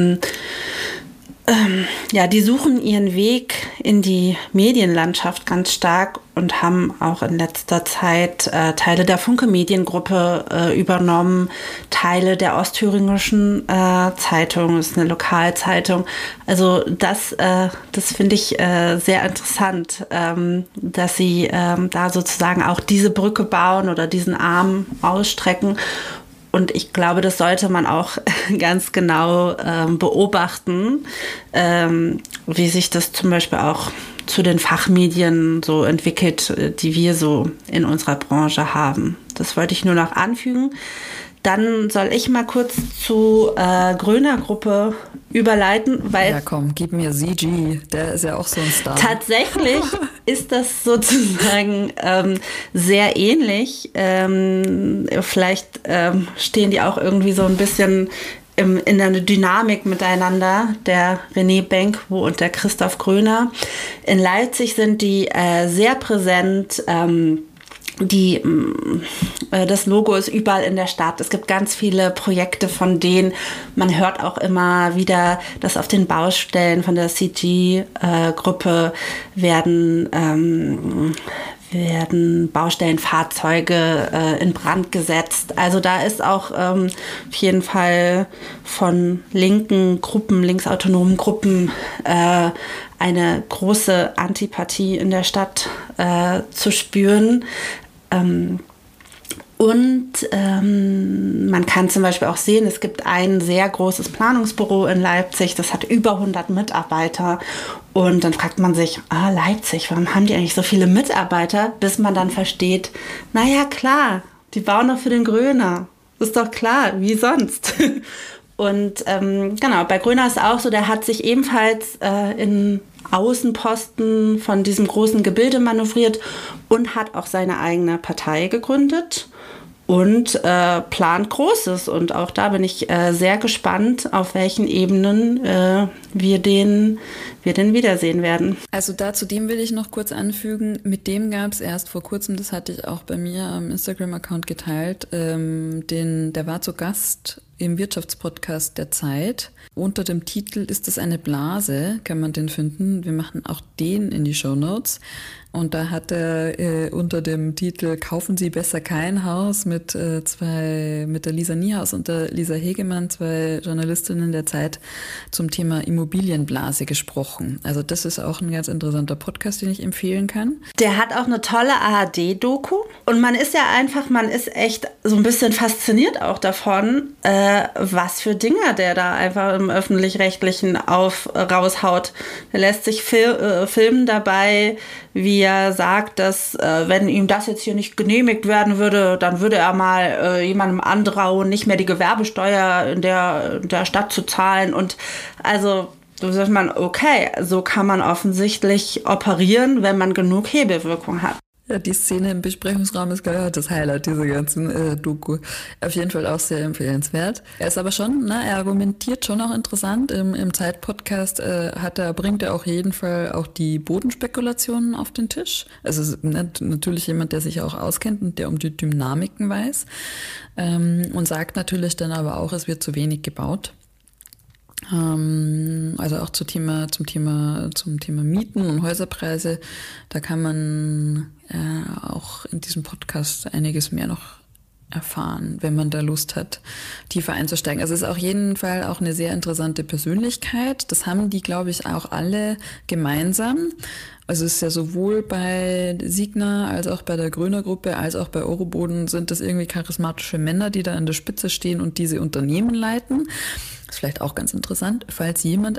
suchen ihren Weg in die Medienlandschaft ganz stark und haben auch in letzter Zeit Teile der Funke Mediengruppe übernommen, Teile der Ostthüringischen Zeitung, das ist eine Lokalzeitung. Also das finde ich sehr interessant, dass sie da sozusagen auch diese Brücke bauen oder diesen Arm ausstrecken. Und ich glaube, das sollte man auch ganz genau beobachten, wie sich das zum Beispiel auch zu den Fachmedien so entwickelt, die wir so in unserer Branche haben. Das wollte ich nur noch anfügen. Dann soll ich mal kurz zu Gröner Gruppe überleiten, weil... Ja komm, gib mir CG, der ist ja auch so ein Star. Tatsächlich ist das sozusagen sehr ähnlich. Vielleicht stehen die auch irgendwie so ein bisschen in einer Dynamik miteinander, der René Benko und der Christoph Gröner. In Leipzig sind die sehr präsent. Das Logo ist überall in der Stadt. Es gibt ganz viele Projekte von denen. Man hört auch immer wieder, dass auf den Baustellen von der CG-Gruppe werden Baustellenfahrzeuge in Brand gesetzt. Also da ist auch auf jeden Fall von linken Gruppen, linksautonomen Gruppen eine große Antipathie in der Stadt zu spüren. Und man kann zum Beispiel auch sehen, es gibt ein sehr großes Planungsbüro in Leipzig, das hat über 100 Mitarbeiter. Und dann fragt man sich, Leipzig, warum haben die eigentlich so viele Mitarbeiter? Bis man dann versteht, naja, klar, die bauen doch für den Gröner. Ist doch klar, wie sonst? Und genau, bei Gröner ist auch so, der hat sich ebenfalls in Außenposten von diesem großen Gebilde manövriert und hat auch seine eigene Partei gegründet und plant Großes. Und auch da bin ich sehr gespannt, auf welchen Ebenen wir den wiedersehen werden. Also dem will ich noch kurz anfügen, mit dem gab es erst vor kurzem, das hatte ich auch bei mir am Instagram-Account geteilt, der war zu Gast im Wirtschaftspodcast der Zeit. Unter dem Titel Ist es eine Blase, kann man den finden. Wir machen auch den in die Shownotes. Und da hat er unter dem Titel Kaufen Sie besser kein Haus mit der Lisa Niehaus und der Lisa Hegemann, 2 Journalistinnen der Zeit, zum Thema Immobilienblase gesprochen. Also das ist auch ein ganz interessanter Podcast, den ich empfehlen kann. Der hat auch eine tolle ARD-Doku. Und man ist echt so ein bisschen fasziniert auch davon, was für Dinger der da einfach im Öffentlich-Rechtlichen raushaut. Der lässt sich filmen dabei, wie er sagt, dass wenn ihm das jetzt hier nicht genehmigt werden würde, dann würde er mal jemandem andrauen, nicht mehr die Gewerbesteuer in der Stadt zu zahlen. Und also so sagt man, okay, so kann man offensichtlich operieren, wenn man genug Hebelwirkung hat. Ja, die Szene im Besprechungsraum ist gerade das Highlight dieser ganzen Doku. Auf jeden Fall auch sehr empfehlenswert. Er ist aber schon, er argumentiert schon auch interessant. Im Zeit-Podcast bringt er auf jeden Fall auch die Bodenspekulationen auf den Tisch. Also natürlich jemand, der sich auch auskennt und der um die Dynamiken weiß. Und sagt natürlich dann aber auch, es wird zu wenig gebaut. Also auch zum Thema Mieten und Häuserpreise, da kann man auch in diesem Podcast einiges mehr noch erfahren, wenn man da Lust hat, tiefer einzusteigen. Also es ist auf jeden Fall auch eine sehr interessante Persönlichkeit. Das haben die, glaube ich, auch alle gemeinsam. Also es ist ja sowohl bei Signa als auch bei der Gröner Gruppe als auch bei Euroboden sind das irgendwie charismatische Männer, die da an der Spitze stehen und diese Unternehmen leiten. Das ist vielleicht auch ganz interessant, falls jemand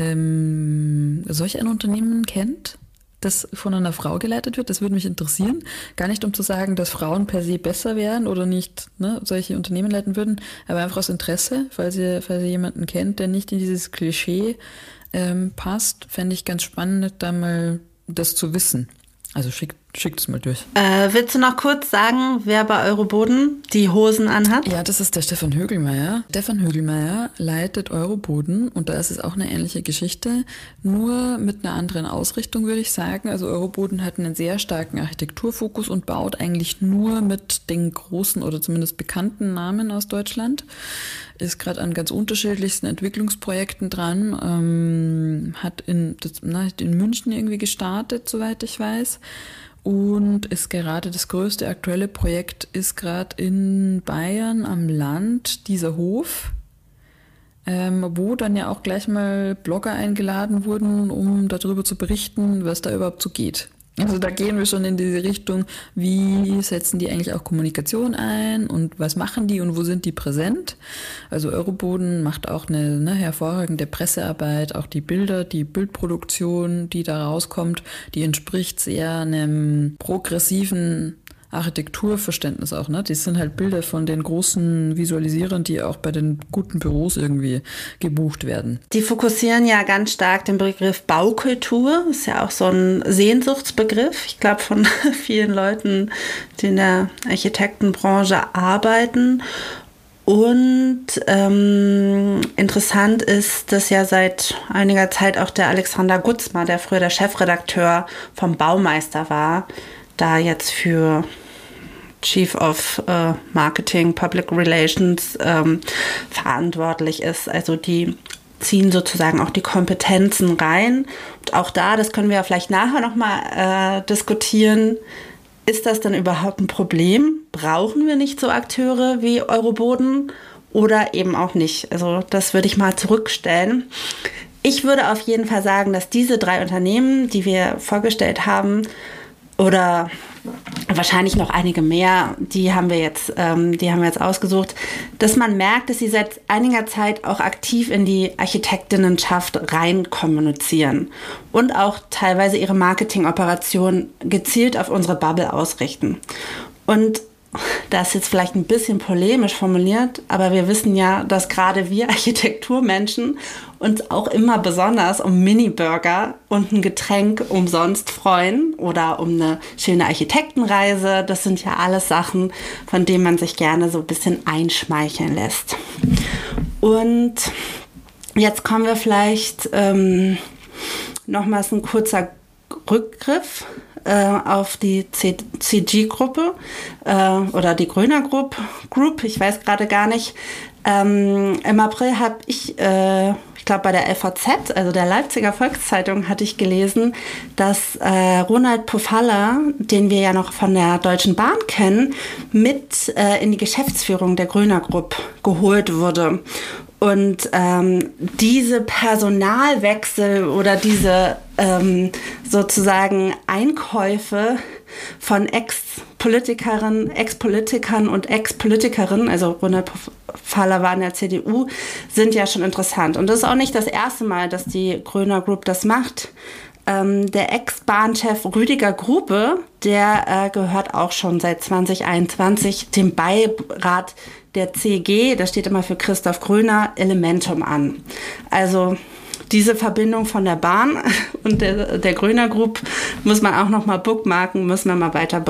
solch ein Unternehmen kennt, das von einer Frau geleitet wird. Das würde mich interessieren. Gar nicht, um zu sagen, dass Frauen per se besser wären oder nicht solche Unternehmen leiten würden, aber einfach aus Interesse, falls ihr jemanden kennt, der nicht in dieses Klischee passt, fände ich ganz spannend, da mal das zu wissen. Also schickt es mal durch. Willst du noch kurz sagen, wer bei Euroboden die Hosen anhat? Ja, das ist der Stefan Högelmeier. Stefan Högelmeier leitet Euroboden und da ist es auch eine ähnliche Geschichte, nur mit einer anderen Ausrichtung, würde ich sagen. Also Euroboden hat einen sehr starken Architekturfokus und baut eigentlich nur mit den großen oder zumindest bekannten Namen aus Deutschland. Ist gerade an ganz unterschiedlichsten Entwicklungsprojekten dran, hat in München irgendwie gestartet, soweit ich weiß. Und ist gerade das größte aktuelle Projekt ist gerade in Bayern am Land, dieser Hof, wo dann ja auch gleich mal Blogger eingeladen wurden, um darüber zu berichten, was da überhaupt so geht. Also da gehen wir schon in diese Richtung, wie setzen die eigentlich auch Kommunikation ein und was machen die und wo sind die präsent. Also Euroboden macht auch eine hervorragende Pressearbeit, auch die Bilder, die Bildproduktion, die da rauskommt, die entspricht sehr einem progressiven Architekturverständnis auch, ne? Das sind halt Bilder von den großen Visualisierern, die auch bei den guten Büros irgendwie gebucht werden. Die fokussieren ja ganz stark den Begriff Baukultur. Ist ja auch so ein Sehnsuchtsbegriff. Ich glaube, von vielen Leuten, die in der Architektenbranche arbeiten. Und interessant ist, dass ja seit einiger Zeit auch der Alexander Gutzmer, der früher der Chefredakteur vom Baumeister war, da jetzt für Chief of Marketing, Public Relations verantwortlich ist. Also die ziehen sozusagen auch die Kompetenzen rein. Und auch da, das können wir ja vielleicht nachher nochmal diskutieren, ist das denn überhaupt ein Problem? Brauchen wir nicht so Akteure wie Euroboden oder eben auch nicht? Also das würde ich mal zurückstellen. Ich würde auf jeden Fall sagen, dass diese 3 Unternehmen, die wir vorgestellt haben, oder wahrscheinlich noch einige mehr, die haben wir jetzt ausgesucht, dass man merkt, dass sie seit einiger Zeit auch aktiv in die Architektinnenschaft rein kommunizieren und auch teilweise ihre Marketingoperationen gezielt auf unsere Bubble ausrichten. Und das ist jetzt vielleicht ein bisschen polemisch formuliert, aber wir wissen ja, dass gerade wir Architekturmenschen uns auch immer besonders um Mini-Burger und ein Getränk umsonst freuen oder um eine schöne Architektenreise. Das sind ja alles Sachen, von denen man sich gerne so ein bisschen einschmeicheln lässt. Und jetzt kommen wir vielleicht nochmals ein kurzer Rückgriff auf die CG-Gruppe oder die Gröner Group, ich weiß gerade gar nicht. Im April habe ich glaube bei der LVZ, also der Leipziger Volkszeitung, hatte ich gelesen, dass Ronald Pofalla, den wir ja noch von der Deutschen Bahn kennen, mit in die Geschäftsführung der Gröner Group geholt wurde. Und diese Personalwechsel oder diese sozusagen Einkäufe von Ex-Politikern und Ex-Politikerinnen, also Ronald Pofalla war in der CDU, sind ja schon interessant. Und das ist auch nicht das erste Mal, dass die Gröner Group das macht. Der Ex-Bahnchef Rüdiger Grube, der gehört auch schon seit 2021 dem Beirat der CG, das steht immer für Christoph Gröner, Elementum an. Also diese Verbindung von der Bahn und der Gröner Group muss man auch noch mal bookmarken, müssen wir mal weiter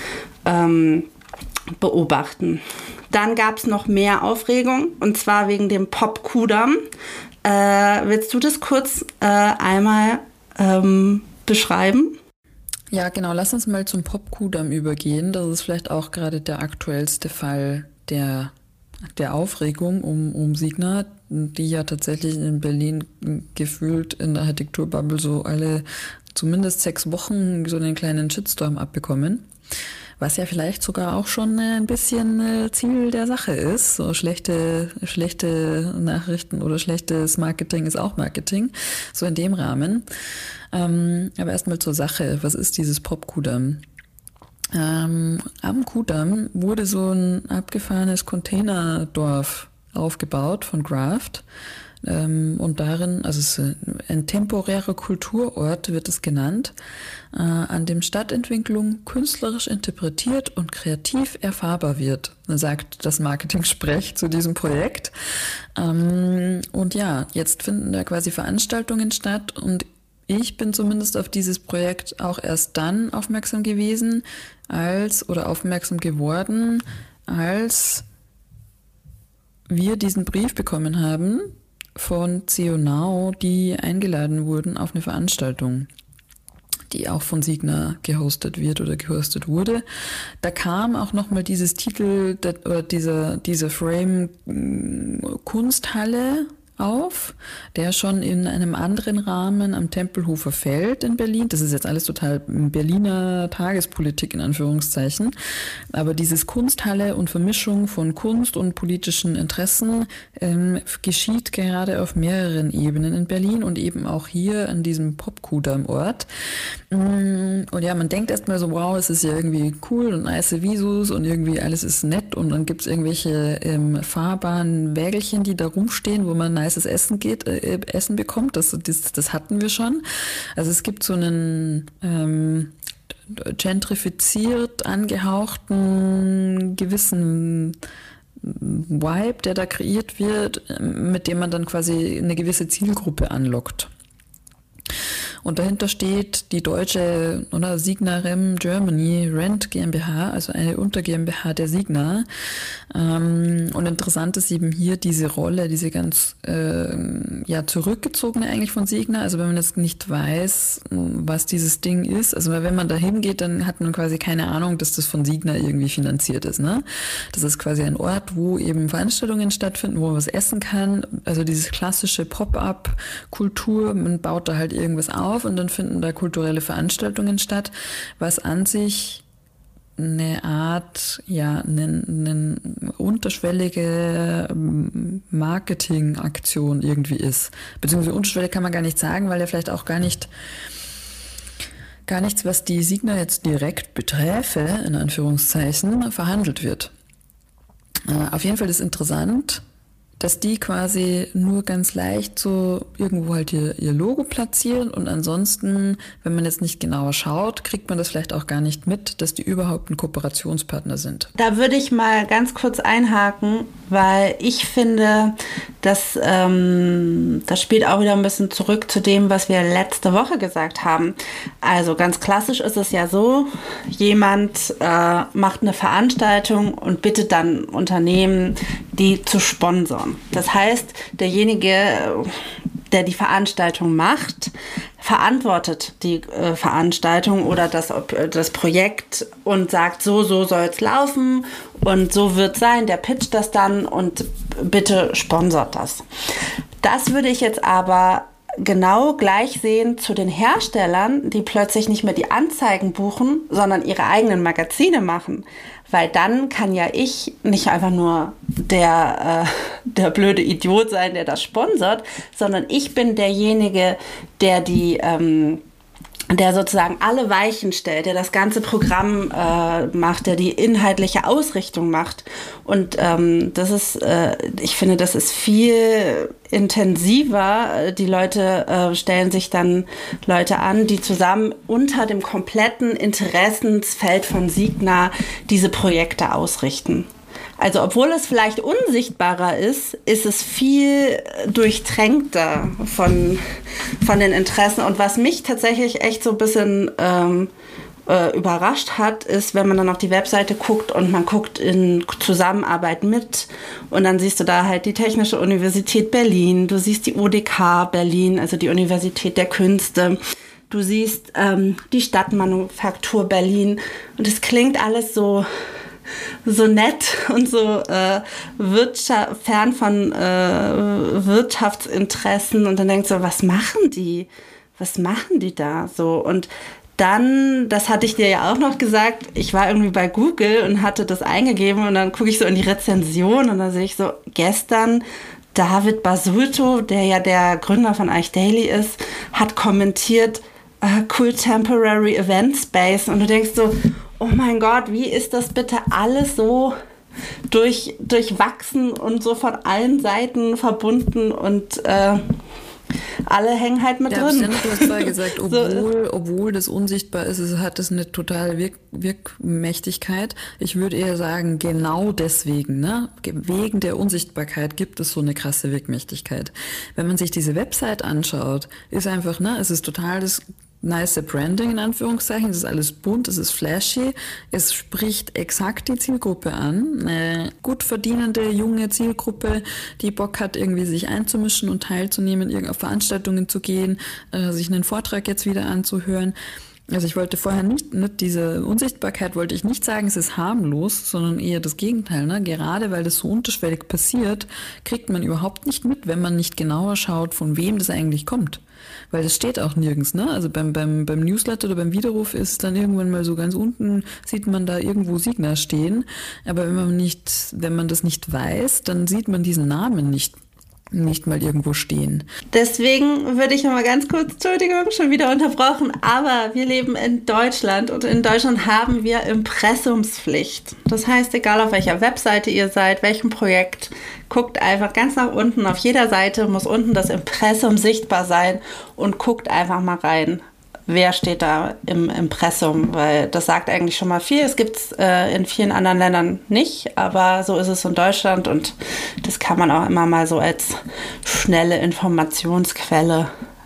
beobachten. Dann gab es noch mehr Aufregung, und zwar wegen dem Pop-Kudamm. Willst du das kurz einmal beschreiben? Ja, genau. Lass uns mal zum Pop-Kudamm übergehen. Das ist vielleicht auch gerade der aktuellste Fall der Aufregung um Signa, die ja tatsächlich in Berlin gefühlt in der Architekturbubble so alle zumindest 6 Wochen so einen kleinen Shitstorm abbekommen. Was ja vielleicht sogar auch schon ein bisschen Ziel der Sache ist. So schlechte Nachrichten oder schlechtes Marketing ist auch Marketing. So in dem Rahmen. Aber erstmal zur Sache. Was ist dieses Pop-Kudamm? Am Kudamm wurde so ein abgefahrenes Containerdorf aufgebaut von Graft. Und darin, also es ist ein temporärer Kulturort, wird es genannt, an dem Stadtentwicklung künstlerisch interpretiert und kreativ erfahrbar wird, sagt das Marketing-Sprech zu diesem Projekt. Und ja, jetzt finden da quasi Veranstaltungen statt, und ich bin zumindest auf dieses Projekt auch erst dann aufmerksam geworden, als wir diesen Brief bekommen haben von C&O, die eingeladen wurden auf eine Veranstaltung, die auch von Signa gehostet wird oder gehostet wurde. Da kam auch nochmal dieses Titel oder dieser Frame Kunsthalle auf, der schon in einem anderen Rahmen am Tempelhofer Feld in Berlin, das ist jetzt alles total Berliner Tagespolitik in Anführungszeichen, aber dieses Kunsthalle und Vermischung von Kunst und politischen Interessen geschieht gerade auf mehreren Ebenen in Berlin und eben auch hier an diesem Pop-Kudamm-Ort. Und ja, man denkt erstmal so, wow, es ist ja irgendwie cool und nice Visus und irgendwie alles ist nett, und dann gibt's irgendwelche fahrbaren Wägelchen, die da rumstehen, wo man nices Essen bekommt. Das hatten wir schon. Also es gibt so einen gentrifiziert angehauchten gewissen Vibe, der da kreiert wird, mit dem man dann quasi eine gewisse Zielgruppe anlockt. Und dahinter steht die deutsche oder Signa Rem Germany Rent GmbH, also eine Unter-GmbH der Signa. Und interessant ist eben hier diese Rolle, diese ganz zurückgezogene eigentlich von Signa. Also wenn man jetzt nicht weiß, was dieses Ding ist, also wenn man da hingeht, dann hat man quasi keine Ahnung, dass das von Signa irgendwie finanziert ist. Ne? Das ist quasi ein Ort, wo eben Veranstaltungen stattfinden, wo man was essen kann. Also dieses klassische Pop-up-Kultur, man baut da halt irgendwas auf und dann finden da kulturelle Veranstaltungen statt, was an sich eine Art, eine unterschwellige Marketingaktion irgendwie ist. Beziehungsweise unterschwellig kann man gar nicht sagen, weil ja vielleicht auch gar nichts, was die Signa jetzt direkt beträfe, in Anführungszeichen, verhandelt wird. Auf jeden Fall ist interessant, dass die quasi nur ganz leicht so irgendwo halt ihr Logo platzieren und ansonsten, wenn man jetzt nicht genauer schaut, kriegt man das vielleicht auch gar nicht mit, dass die überhaupt ein Kooperationspartner sind. Da würde ich mal ganz kurz einhaken, weil ich finde, das spielt auch wieder ein bisschen zurück zu dem, was wir letzte Woche gesagt haben. Also ganz klassisch ist es ja so, jemand macht eine Veranstaltung und bittet dann Unternehmen, die zu sponsern. Das heißt, derjenige, der die Veranstaltung macht, verantwortet die Veranstaltung oder das Projekt und sagt, so soll es laufen und so wird es sein, der pitcht das dann und bitte sponsert das. Das würde ich jetzt aber genau gleich sehen zu den Herstellern, die plötzlich nicht mehr die Anzeigen buchen, sondern ihre eigenen Magazine machen. Weil dann kann ja ich nicht einfach nur der blöde Idiot sein, der das sponsert, sondern ich bin derjenige, der der sozusagen alle Weichen stellt, der das ganze Programm macht, der die inhaltliche Ausrichtung macht. Und ich finde, das ist viel intensiver. Die Leute stellen sich dann Leute an, die zusammen unter dem kompletten Interessensfeld von Signa diese Projekte ausrichten. Also obwohl es vielleicht unsichtbarer ist, ist es viel durchtränkter von den Interessen. Und was mich tatsächlich echt so ein bisschen überrascht hat, ist, wenn man dann auf die Webseite guckt und man guckt in Zusammenarbeit mit und dann siehst du da halt die Technische Universität Berlin, du siehst die UDK Berlin, also die Universität der Künste, du siehst die Stadtmanufaktur Berlin und es klingt alles so nett und so fern von Wirtschaftsinteressen und dann denkst du, was machen die da so? Und dann, das hatte ich dir ja auch noch gesagt, ich war irgendwie bei Google und hatte das eingegeben und dann gucke ich so in die Rezension und dann sehe ich so, gestern David Basulto, der ja der Gründer von Eichdaily ist, hat kommentiert, cool temporary event space und du denkst so, oh mein Gott, wie ist das bitte alles so durchwachsen und so von allen Seiten verbunden und alle hängen halt mit drin. Du hast vorher gesagt, obwohl das unsichtbar ist, hat es eine totale Wirkmächtigkeit. Ich würde eher sagen, genau deswegen, ne? Wegen der Unsichtbarkeit gibt es so eine krasse Wirkmächtigkeit. Wenn man sich diese Website anschaut, ist einfach, es ist total das nice Branding in Anführungszeichen, es ist alles bunt, es ist flashy, es spricht exakt die Zielgruppe an, eine gut verdienende junge Zielgruppe, die Bock hat, irgendwie sich einzumischen und teilzunehmen, auf Veranstaltungen zu gehen, sich einen Vortrag jetzt wieder anzuhören. Also ich wollte vorher nicht diese Unsichtbarkeit wollte ich nicht sagen, es ist harmlos, sondern eher das Gegenteil. Ne? Gerade weil das so unterschwellig passiert, kriegt man überhaupt nicht mit, wenn man nicht genauer schaut, von wem das eigentlich kommt. Weil das steht auch nirgends, ne? Also beim Newsletter oder beim Widerruf ist dann irgendwann mal so ganz unten, sieht man da irgendwo Signa stehen. Aber wenn man das nicht weiß, dann sieht man diesen Namen nicht mal irgendwo stehen. Deswegen würde ich nochmal ganz kurz, Entschuldigung, schon wieder unterbrochen, aber wir leben in Deutschland und in Deutschland haben wir Impressumspflicht. Das heißt, egal auf welcher Webseite ihr seid, welchem Projekt, guckt einfach ganz nach unten. Auf jeder Seite muss unten das Impressum sichtbar sein und guckt einfach mal rein. Wer steht da im Impressum? Weil das sagt eigentlich schon mal viel. Es gibt es in vielen anderen Ländern nicht, aber so ist es in Deutschland und das kann man auch immer mal so als schnelle Informationsquelle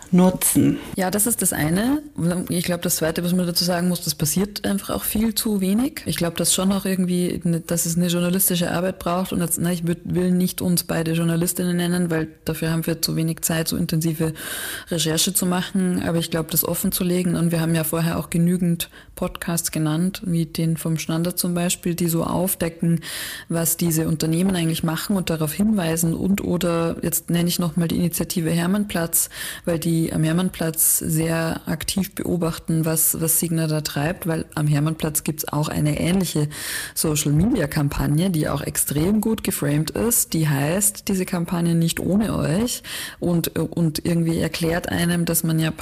nutzen? Ja, das ist das eine. Ich glaube, das Zweite, was man dazu sagen muss, das passiert einfach auch viel zu wenig. Ich glaube, dass schon auch irgendwie, dass es eine journalistische Arbeit braucht. Und jetzt, ich will nicht uns beide Journalistinnen nennen, weil dafür haben wir zu wenig Zeit, so intensive Recherche zu machen. Aber ich glaube, das offen zu legen. Und wir haben ja vorher auch genügend Podcasts genannt, wie den vom Standard zum Beispiel, die so aufdecken, was diese Unternehmen eigentlich machen und darauf hinweisen. Und oder jetzt nenne ich nochmal die Initiative Hermannplatz, weil die am Hermannplatz sehr aktiv beobachten, was Signa da treibt, weil am Hermannplatz gibt's auch eine ähnliche Social-Media-Kampagne, die auch extrem gut geframed ist. Die heißt, diese Kampagne nicht ohne euch und irgendwie erklärt einem, dass man ja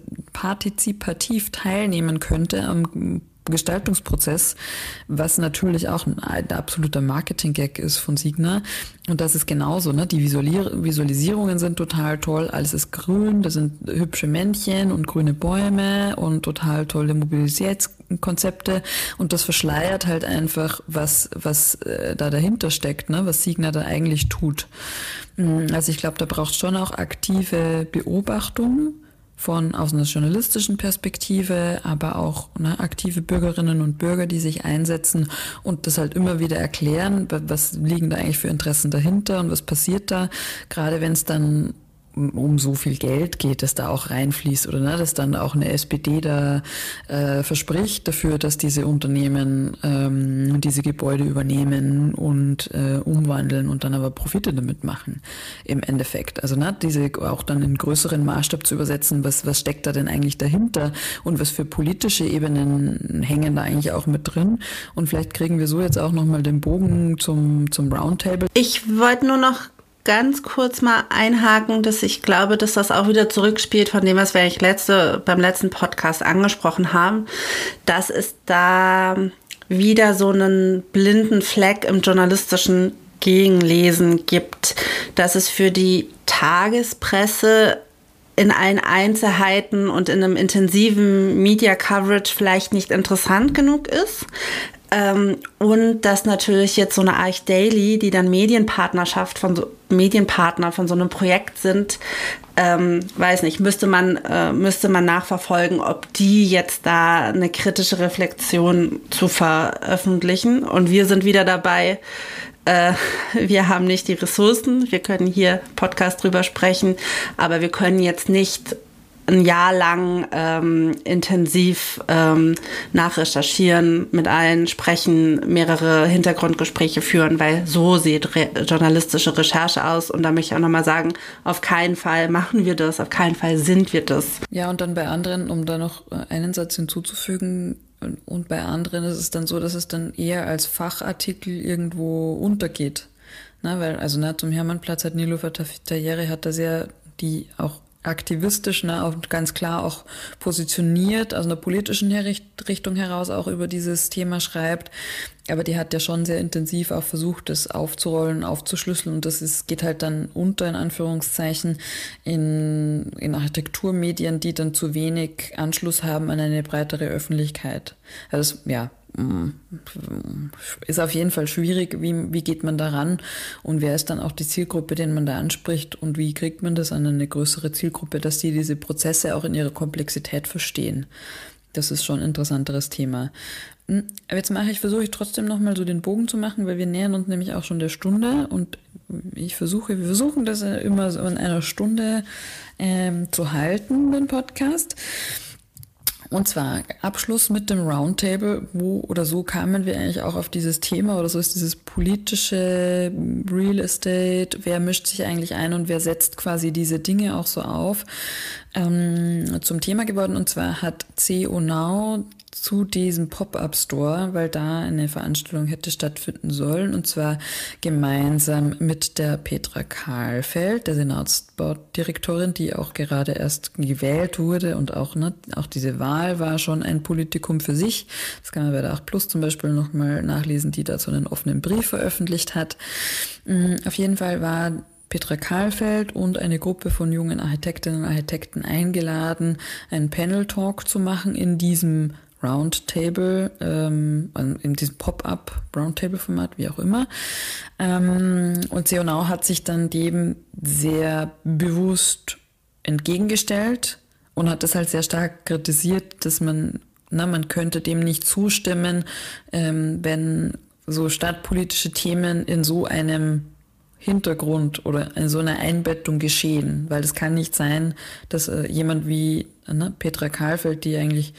partizipativ teilnehmen könnte am Gestaltungsprozess, was natürlich auch ein absoluter Marketing-Gag ist von Signa. Und das ist genauso, ne? Die Visualisierungen sind total toll, alles ist grün, da sind hübsche Männchen und grüne Bäume und total tolle Mobilitätskonzepte und das verschleiert halt einfach, was da dahinter steckt, ne? Was Signa da eigentlich tut. Also ich glaube, da braucht es schon auch aktive Beobachtung aus einer journalistischen Perspektive, aber auch aktive Bürgerinnen und Bürger, die sich einsetzen und das halt immer wieder erklären, was liegen da eigentlich für Interessen dahinter und was passiert da, gerade wenn es dann um so viel Geld geht, das da auch reinfließt oder dass dann auch eine SPD da verspricht dafür, dass diese Unternehmen diese Gebäude übernehmen und umwandeln und dann aber Profite damit machen im Endeffekt. Also diese auch dann in größeren Maßstab zu übersetzen, was steckt da denn eigentlich dahinter und was für politische Ebenen hängen da eigentlich auch mit drin. Und vielleicht kriegen wir so jetzt auch nochmal den Bogen zum Roundtable. Ich wollte nur noch ganz kurz mal einhaken, dass ich glaube, dass das auch wieder zurückspielt von dem, was wir eigentlich beim letzten Podcast angesprochen haben, dass es da wieder so einen blinden Fleck im journalistischen Gegenlesen gibt, dass es für die Tagespresse in allen Einzelheiten und in einem intensiven Media-Coverage vielleicht nicht interessant genug ist. Und dass natürlich jetzt so eine Arch Daily, die dann Medienpartner von so einem Projekt sind, weiß nicht, müsste man nachverfolgen, ob die jetzt da eine kritische Reflexion zu veröffentlichen. Und wir sind wieder dabei, wir haben nicht die Ressourcen, wir können hier Podcast drüber sprechen, aber wir können jetzt nicht ein Jahr lang intensiv nachrecherchieren, mit allen sprechen, mehrere Hintergrundgespräche führen, weil so sieht journalistische Recherche aus. Und da möchte ich auch nochmal sagen, auf keinen Fall machen wir das, auf keinen Fall sind wir das. Ja, und dann bei anderen, um da noch einen Satz hinzuzufügen, und bei anderen ist es dann so, dass es dann eher als Fachartikel irgendwo untergeht. Weil zum Hermannplatz hat Niloufer Tayeri hat da sehr die auch aktivistisch, und ganz klar auch positioniert, aus einer politischen Richtung heraus auch über dieses Thema schreibt. Aber die hat ja schon sehr intensiv auch versucht, das aufzurollen, aufzuschlüsseln und geht halt dann unter, in Anführungszeichen, in Architekturmedien, die dann zu wenig Anschluss haben an eine breitere Öffentlichkeit. Also ist auf jeden Fall schwierig, wie geht man da ran und wer ist dann auch die Zielgruppe, den man da anspricht und wie kriegt man das an eine größere Zielgruppe, dass die diese Prozesse auch in ihrer Komplexität verstehen. Das ist schon ein interessanteres Thema. Aber jetzt versuche ich trotzdem nochmal so den Bogen zu machen, weil wir nähern uns nämlich auch schon der Stunde und wir versuchen das immer so in einer Stunde zu halten, den Podcast. Und zwar Abschluss mit dem Roundtable, so kamen wir eigentlich auch auf dieses Thema oder so ist dieses politische Real Estate, wer mischt sich eigentlich ein und wer setzt quasi diese Dinge auch so auf, zum Thema geworden. Und zwar hat CO Now zu diesem Pop-Up-Store, weil da eine Veranstaltung hätte stattfinden sollen, und zwar gemeinsam mit der Petra Kahlfeld, der Senatsbaudirektorin, die auch gerade erst gewählt wurde und auch diese Wahl war schon ein Politikum für sich. Das kann man bei der 8 Plus zum Beispiel nochmal nachlesen, die dazu einen offenen Brief veröffentlicht hat. Auf jeden Fall war Petra Kahlfeld und eine Gruppe von jungen Architektinnen und Architekten eingeladen, einen Panel-Talk zu machen in diesem Roundtable, in diesem Pop-up Roundtable-Format, wie auch immer. Und CO Now hat sich dann dem sehr bewusst entgegengestellt und hat das halt sehr stark kritisiert, dass man könnte dem nicht zustimmen, wenn so stadtpolitische Themen in so einem Hintergrund oder in so einer Einbettung geschehen, weil es kann nicht sein, dass jemand wie Petra Karlfeld, die eigentlich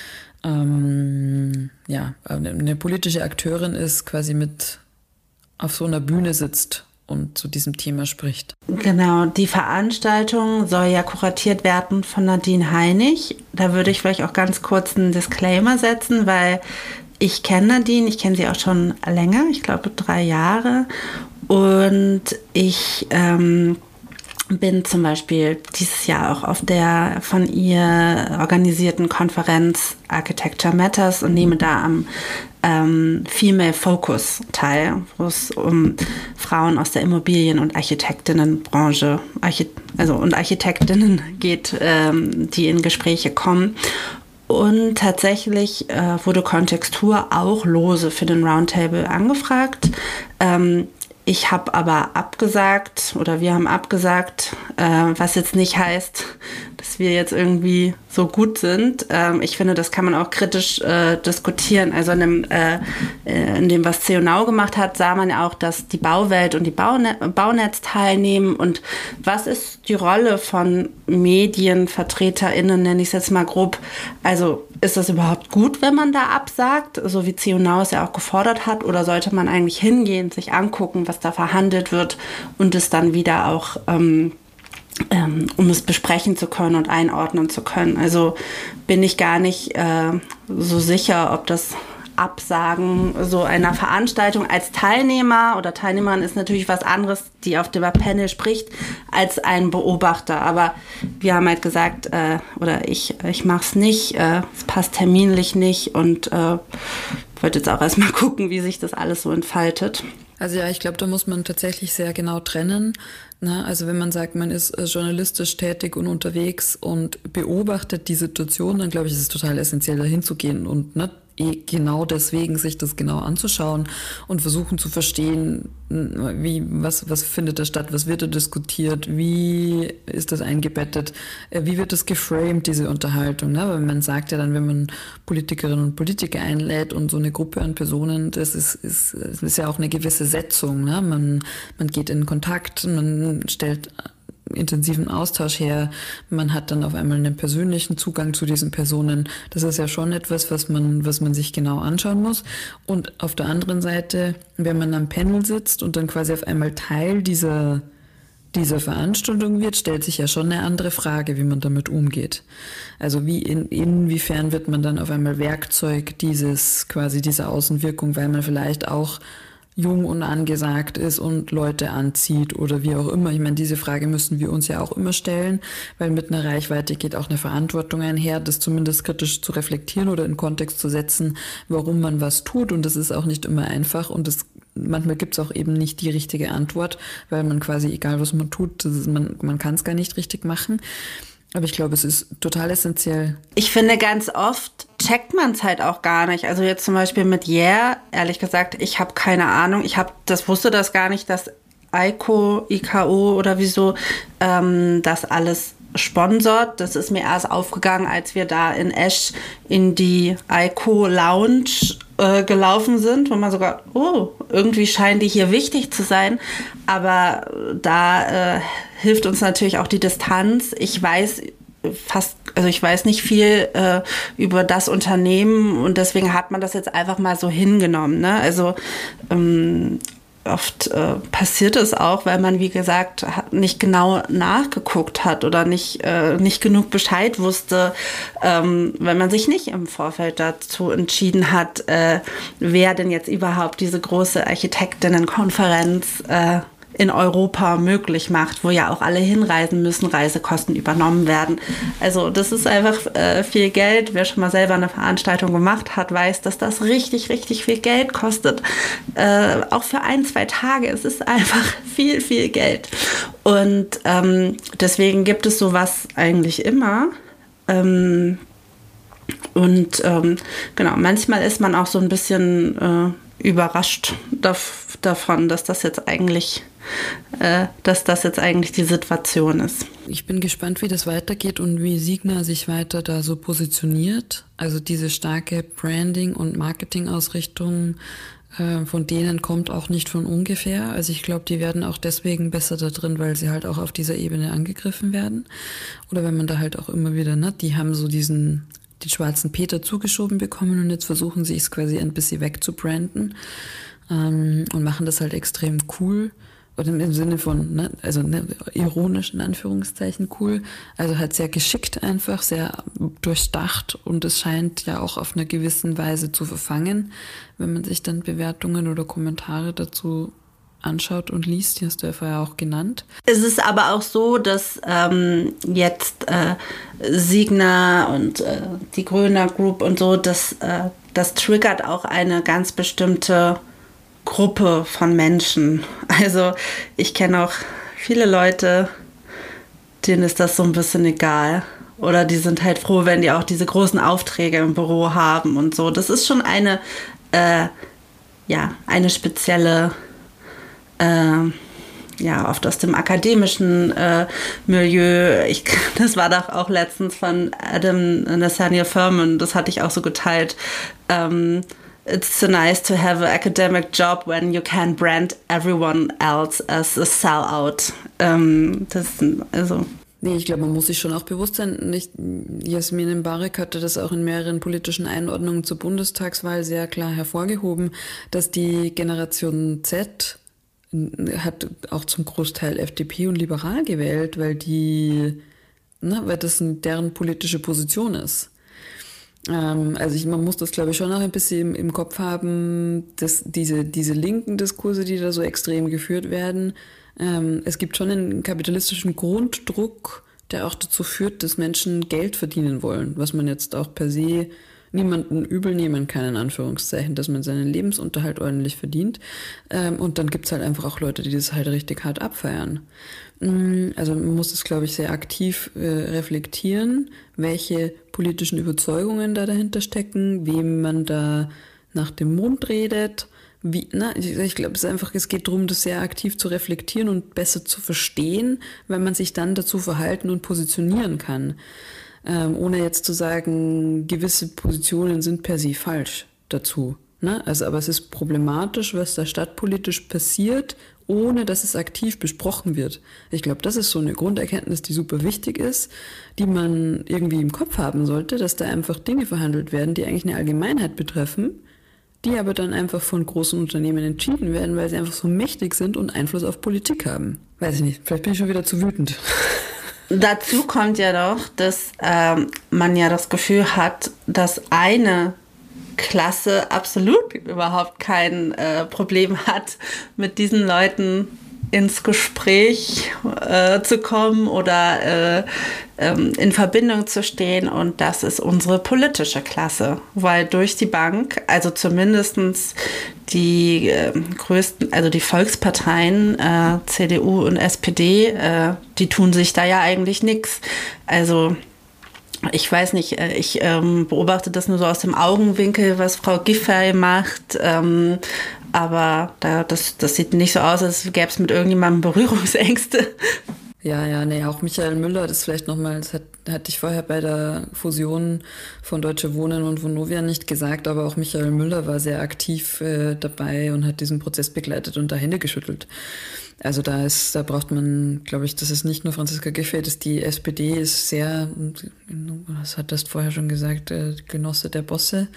eine politische Akteurin ist, quasi mit auf so einer Bühne sitzt und zu diesem Thema spricht. Genau, die Veranstaltung soll ja kuratiert werden von Nadine Heinig. Da würde ich vielleicht auch ganz kurz einen Disclaimer setzen, weil ich kenne Nadine, ich kenne sie auch schon länger, ich glaube 3 Jahre. Und ich bin zum Beispiel dieses Jahr auch auf der von ihr organisierten Konferenz Architecture Matters und nehme da am Female Focus teil, wo es um Frauen aus der Immobilien- und Architektinnenbranche und Architektinnen geht, die in Gespräche kommen. Und tatsächlich wurde Kontextur auch lose für den Roundtable angefragt. Ich habe aber abgesagt oder wir haben abgesagt, was jetzt nicht heißt, dass wir jetzt irgendwie so gut sind. Ich finde, das kann man auch kritisch diskutieren. Also in dem, was C&O gemacht hat, sah man ja auch, dass die Bauwelt und die Baunetz teilnehmen. Und was ist die Rolle von MedienvertreterInnen, nenne ich es jetzt mal grob? Also ist das überhaupt gut, wenn man da absagt, so wie C&O es ja auch gefordert hat? Oder sollte man eigentlich hingehen, sich angucken, was da verhandelt wird und es dann wieder auch, um es besprechen zu können und einordnen zu können? Also bin ich gar nicht so sicher, ob das Absagen so einer Veranstaltung als Teilnehmer oder Teilnehmerin ist natürlich was anderes, die auf dem Panel spricht, als ein Beobachter. Aber wir haben halt gesagt, oder ich mache es nicht, es passt terminlich nicht und wollte jetzt auch erstmal gucken, wie sich das alles so entfaltet. Also ja, ich glaube, da muss man tatsächlich sehr genau trennen. Also wenn man sagt, man ist journalistisch tätig und unterwegs und beobachtet die Situation, dann glaube ich, ist es total essentiell, da hinzugehen und genau deswegen sich das genau anzuschauen und versuchen zu verstehen, was findet da statt, was wird da diskutiert, wie ist das eingebettet, wie wird das geframed, diese Unterhaltung. Weil man sagt ja dann, wenn man Politikerinnen und Politiker einlädt und so eine Gruppe an Personen, das ist ja auch eine gewisse Setzung. Man geht in Kontakt, man stellt intensiven Austausch her, man hat dann auf einmal einen persönlichen Zugang zu diesen Personen. Das ist ja schon etwas, was man sich genau anschauen muss. Und auf der anderen Seite, wenn man am Panel sitzt und dann quasi auf einmal Teil dieser Veranstaltung wird, stellt sich ja schon eine andere Frage, wie man damit umgeht. Also inwiefern wird man dann auf einmal Werkzeug dieser Außenwirkung, weil man vielleicht auch jung und angesagt ist und Leute anzieht oder wie auch immer. Ich meine, diese Frage müssen wir uns ja auch immer stellen, weil mit einer Reichweite geht auch eine Verantwortung einher, das zumindest kritisch zu reflektieren oder in Kontext zu setzen, warum man was tut. Und das ist auch nicht immer einfach und manchmal gibt es auch eben nicht die richtige Antwort, weil man quasi, egal was man tut, man kann es gar nicht richtig machen. Aber ich glaube, es ist total essentiell. Ich finde, ganz oft checkt man es halt auch gar nicht. Also jetzt zum Beispiel mit Yeah, ehrlich gesagt, ich habe keine Ahnung. Wusste das gar nicht, dass ICO oder wieso das alles sponsort. Das ist mir erst aufgegangen, als wir da in Esch in die ICO Lounge gelaufen sind, wo man sogar, irgendwie scheinen die hier wichtig zu sein. Aber da hilft uns natürlich auch die Distanz. Ich weiß nicht viel über das Unternehmen und deswegen hat man das jetzt einfach mal so hingenommen. Ne? Also oft passiert es auch, weil man, wie gesagt, nicht genau nachgeguckt hat oder nicht genug Bescheid wusste, wenn man sich nicht im Vorfeld dazu entschieden hat, wer denn jetzt überhaupt diese große Architektinnenkonferenz in Europa möglich macht, wo ja auch alle hinreisen müssen, Reisekosten übernommen werden. Also das ist einfach viel Geld. Wer schon mal selber eine Veranstaltung gemacht hat, weiß, dass das richtig, richtig viel Geld kostet. Auch für 1-2 Tage. Es ist einfach viel, viel Geld. Und deswegen gibt es sowas eigentlich immer. Genau, manchmal ist man auch so ein bisschen überrascht davon, dass das jetzt eigentlich dass das jetzt eigentlich die Situation ist. Ich bin gespannt, wie das weitergeht und wie Signa sich weiter da so positioniert. Also diese starke Branding- und Marketingausrichtung von denen kommt auch nicht von ungefähr. Also ich glaube, die werden auch deswegen besser da drin, weil sie halt auch auf dieser Ebene angegriffen werden. Oder wenn man da halt auch immer wieder, die haben so den schwarzen Peter zugeschoben bekommen und jetzt versuchen sie es quasi ein bisschen wegzubranden und machen das halt extrem cool. Oder im Sinne von, ironisch in Anführungszeichen cool. Also halt sehr geschickt einfach, sehr durchdacht und es scheint ja auch auf einer gewissen Weise zu verfangen, wenn man sich dann Bewertungen oder Kommentare dazu anschaut und liest. Die hast du ja vorher auch genannt. Es ist aber auch so, dass jetzt Signa und die Gröner Group und so, das triggert auch eine ganz bestimmte Gruppe von Menschen. Also ich kenne auch viele Leute, denen ist das so ein bisschen egal. Oder die sind halt froh, wenn die auch diese großen Aufträge im Büro haben und so. Das ist schon eine spezielle, oft aus dem akademischen Milieu. Das war doch auch letztens von Adam Nathaniel Furman, das hatte ich auch so geteilt. It's so nice to have an academic job when you can brand everyone else as a sellout. Nee, ich glaube, man muss sich schon auch bewusst sein, Jasmin Mbarek hatte das auch in mehreren politischen Einordnungen zur Bundestagswahl sehr klar hervorgehoben, dass die Generation Z hat auch zum Großteil FDP und liberal gewählt, weil das deren politische Position ist. Also man muss das, glaube ich, schon noch ein bisschen im Kopf haben, dass diese linken Diskurse, die da so extrem geführt werden, es gibt schon einen kapitalistischen Grunddruck, der auch dazu führt, dass Menschen Geld verdienen wollen, was man jetzt auch per se niemanden übel nehmen kann, in Anführungszeichen, dass man seinen Lebensunterhalt ordentlich verdient. Und dann gibt's halt einfach auch Leute, die das halt richtig hart abfeiern. Also man muss es, glaube ich, sehr aktiv reflektieren, welche politischen Überzeugungen da dahinter stecken, wem man da nach dem Mund redet. Ich glaube, es geht darum, das sehr aktiv zu reflektieren und besser zu verstehen, weil man sich dann dazu verhalten und positionieren kann. Ohne jetzt zu sagen, gewisse Positionen sind per se falsch dazu. Aber es ist problematisch, was da stadtpolitisch passiert, ohne dass es aktiv besprochen wird. Ich glaube, das ist so eine Grunderkenntnis, die super wichtig ist, die man irgendwie im Kopf haben sollte, dass da einfach Dinge verhandelt werden, die eigentlich eine Allgemeinheit betreffen, die aber dann einfach von großen Unternehmen entschieden werden, weil sie einfach so mächtig sind und Einfluss auf Politik haben. Weiß ich nicht, vielleicht bin ich schon wieder zu wütend. Dazu kommt ja doch, dass man ja das Gefühl hat, dass eine Klasse absolut überhaupt kein Problem hat, mit diesen Leuten ins Gespräch zu kommen oder in Verbindung zu stehen. Und das ist unsere politische Klasse, weil durch die Bank, also zumindestens die größten, also die Volksparteien, CDU und SPD, die tun sich da ja eigentlich nichts. Also ich weiß nicht, ich beobachte das nur so aus dem Augenwinkel, was Frau Giffey macht, aber das sieht nicht so aus, als gäbe es mit irgendjemandem Berührungsängste. Ja, auch Michael Müller, das vielleicht nochmal, das hatte ich vorher bei der Fusion von Deutsche Wohnen und Vonovia nicht gesagt, aber auch Michael Müller war sehr aktiv dabei und hat diesen Prozess begleitet und da Hände geschüttelt. Also da braucht man, glaube ich, das ist nicht nur Franziska Giffey, die SPD ist sehr, das hat das vorher schon gesagt, Genosse der Bosse,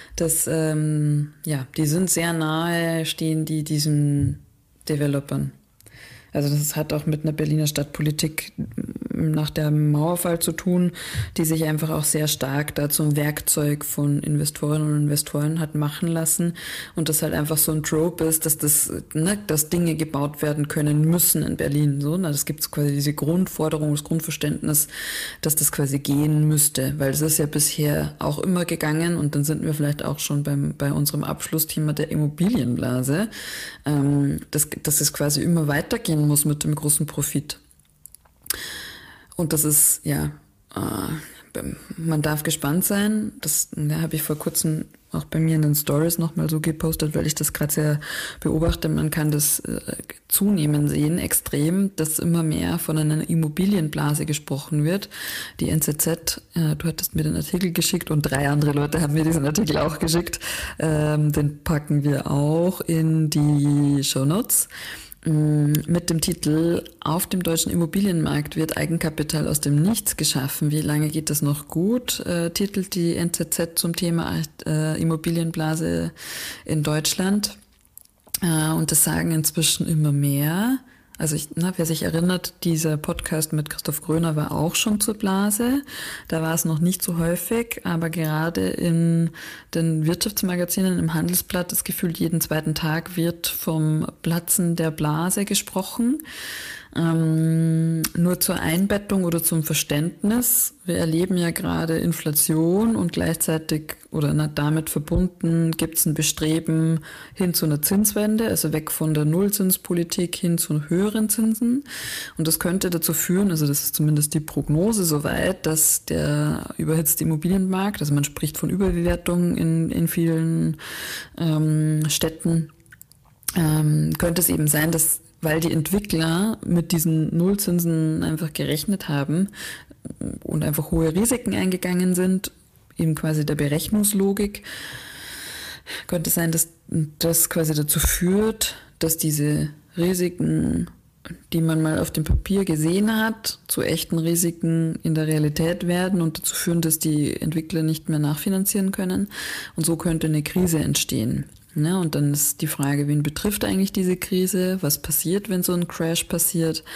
die sind sehr nahe, stehen die diesen Developern. Also das hat auch mit einer Berliner Stadtpolitik nach dem Mauerfall zu tun, die sich einfach auch sehr stark da zum Werkzeug von Investorinnen und Investoren hat machen lassen und das halt einfach so ein Trope ist, dass Dinge gebaut werden können müssen in Berlin. Das gibt quasi diese Grundforderung, das Grundverständnis, dass das quasi gehen müsste, weil es ist ja bisher auch immer gegangen und dann sind wir vielleicht auch schon bei unserem Abschlussthema der Immobilienblase, dass es quasi immer weitergehen muss mit dem großen Profit. Und das ist, man darf gespannt sein. Das habe ich vor kurzem auch bei mir in den Stories nochmal so gepostet, weil ich das gerade sehr beobachte. Man kann das zunehmend sehen, extrem, dass immer mehr von einer Immobilienblase gesprochen wird. Die NZZ, du hattest mir den Artikel geschickt und 3 andere Leute haben mir diesen Artikel auch geschickt. Den packen wir auch in die Shownotes. Mit dem Titel „Auf dem deutschen Immobilienmarkt wird Eigenkapital aus dem Nichts geschaffen. Wie lange geht das noch gut?" Titelt die NZZ zum Thema Immobilienblase in Deutschland. Und das sagen inzwischen immer mehr. Also wer sich erinnert, dieser Podcast mit Christoph Gröner war auch schon zur Blase. Da war es noch nicht so häufig, aber gerade in den Wirtschaftsmagazinen im Handelsblatt, das gefühlt jeden zweiten Tag wird vom Platzen der Blase gesprochen. Nur zur Einbettung oder zum Verständnis. Wir erleben ja gerade Inflation und gleichzeitig oder damit verbunden gibt es ein Bestreben hin zu einer Zinswende, also weg von der Nullzinspolitik hin zu höheren Zinsen. Und das könnte dazu führen, also das ist zumindest die Prognose soweit, dass der überhitzte Immobilienmarkt, also man spricht von Überbewertung in vielen Städten, könnte es eben sein, dass weil die Entwickler mit diesen Nullzinsen einfach gerechnet haben und einfach hohe Risiken eingegangen sind, eben quasi der Berechnungslogik, könnte es sein, dass das quasi dazu führt, dass diese Risiken, die man mal auf dem Papier gesehen hat, zu echten Risiken in der Realität werden und dazu führen, dass die Entwickler nicht mehr nachfinanzieren können. Und so könnte eine Krise entstehen. Ja, und dann ist die Frage, wen betrifft eigentlich diese Krise? Was passiert, wenn so ein Crash passiert?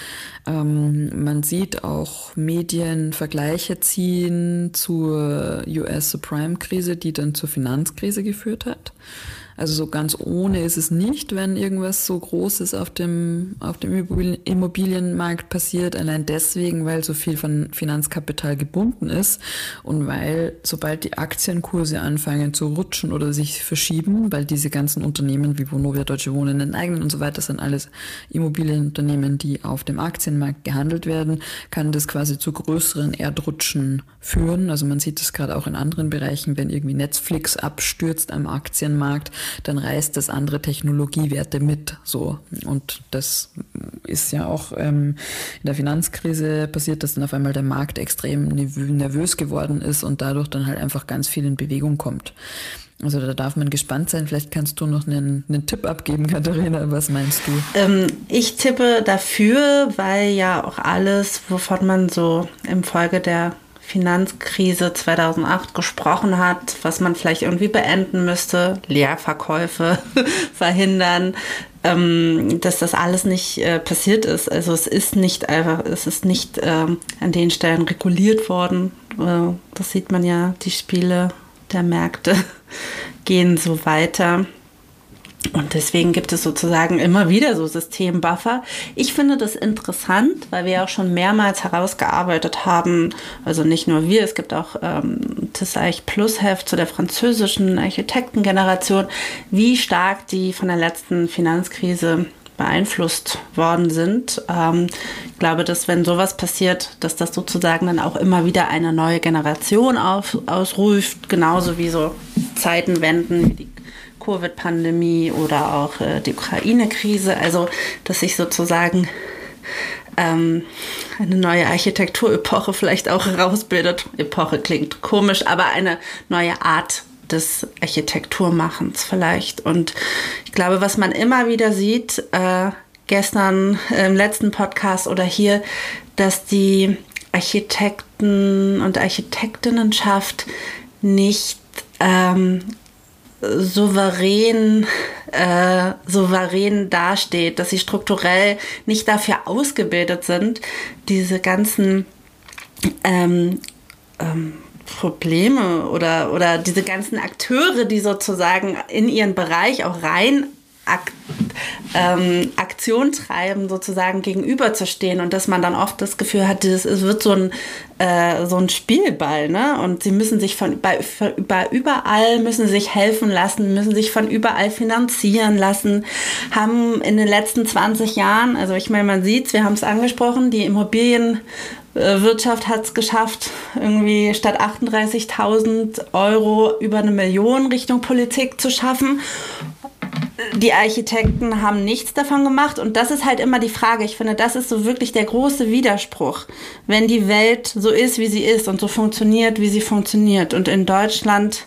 Man sieht auch Medien Vergleiche ziehen zur US-Subprime-Krise, die dann zur Finanzkrise geführt hat. Also so ganz ohne ist es nicht, wenn irgendwas so Großes auf dem Immobilienmarkt passiert. Allein deswegen, weil so viel von Finanzkapital gebunden ist und weil sobald die Aktienkurse anfangen zu rutschen oder sich verschieben, weil diese ganzen Unternehmen wie Vonovia, Deutsche Wohnen, Enteignen und so weiter sind alles Immobilienunternehmen, die auf dem Aktienmarkt gehandelt werden, kann das quasi zu größeren Erdrutschen führen. Also man sieht es gerade auch in anderen Bereichen, wenn irgendwie Netflix abstürzt am Aktienmarkt, dann reißt das andere Technologiewerte mit, so. Und das ist ja auch in der Finanzkrise passiert, dass dann auf einmal der Markt extrem nervös geworden ist und dadurch dann halt einfach ganz viel in Bewegung kommt. Also da darf man gespannt sein. Vielleicht kannst du noch einen Tipp abgeben, Katharina. Was meinst du? Ich tippe dafür, weil ja auch alles, wovon man so im Folge der Finanzkrise 2008 gesprochen hat, was man vielleicht irgendwie beenden müsste, Leerverkäufe verhindern, dass das alles nicht passiert ist. Also es ist nicht an den Stellen reguliert worden. Das sieht man ja, die Spiele der Märkte gehen so weiter. Und deswegen gibt es sozusagen immer wieder so Systembuffer. Ich finde das interessant, weil wir auch schon mehrmals herausgearbeitet haben, also nicht nur wir, es gibt auch das Eich Plus Heft zu der französischen Architektengeneration, wie stark die von der letzten Finanzkrise beeinflusst worden sind. Ich glaube, dass wenn sowas passiert, dass das sozusagen dann auch immer wieder eine neue Generation ausruft, genauso wie so Zeitenwenden wie die Covid-Pandemie oder auch die Ukraine-Krise, also dass sich sozusagen eine neue Architekturepoche vielleicht auch herausbildet. Epoche klingt komisch, aber eine neue Art des Architekturmachens vielleicht. Und ich glaube, was man immer wieder sieht, gestern im letzten Podcast oder hier, dass die Architekten und Architektinnenschaft nicht souverän dasteht, dass sie strukturell nicht dafür ausgebildet sind, diese ganzen Probleme oder diese ganzen Akteure, die sozusagen in ihren Bereich auch Aktion treiben, sozusagen gegenüberzustehen und dass man dann oft das Gefühl hat, es wird so ein Spielball, ne? Und sie müssen sich von überall müssen sie sich helfen lassen, müssen sich von überall finanzieren lassen, haben in den letzten 20 Jahren, also ich meine, man sieht's, wir haben es angesprochen, die Immobilienwirtschaft hat es geschafft, irgendwie statt 38.000 Euro über 1 Million Richtung Politik zu schaffen. Die Architekten haben nichts davon gemacht und das ist halt immer die Frage. Ich finde, das ist so wirklich der große Widerspruch, wenn die Welt so ist, wie sie ist und so funktioniert, wie sie funktioniert und in Deutschland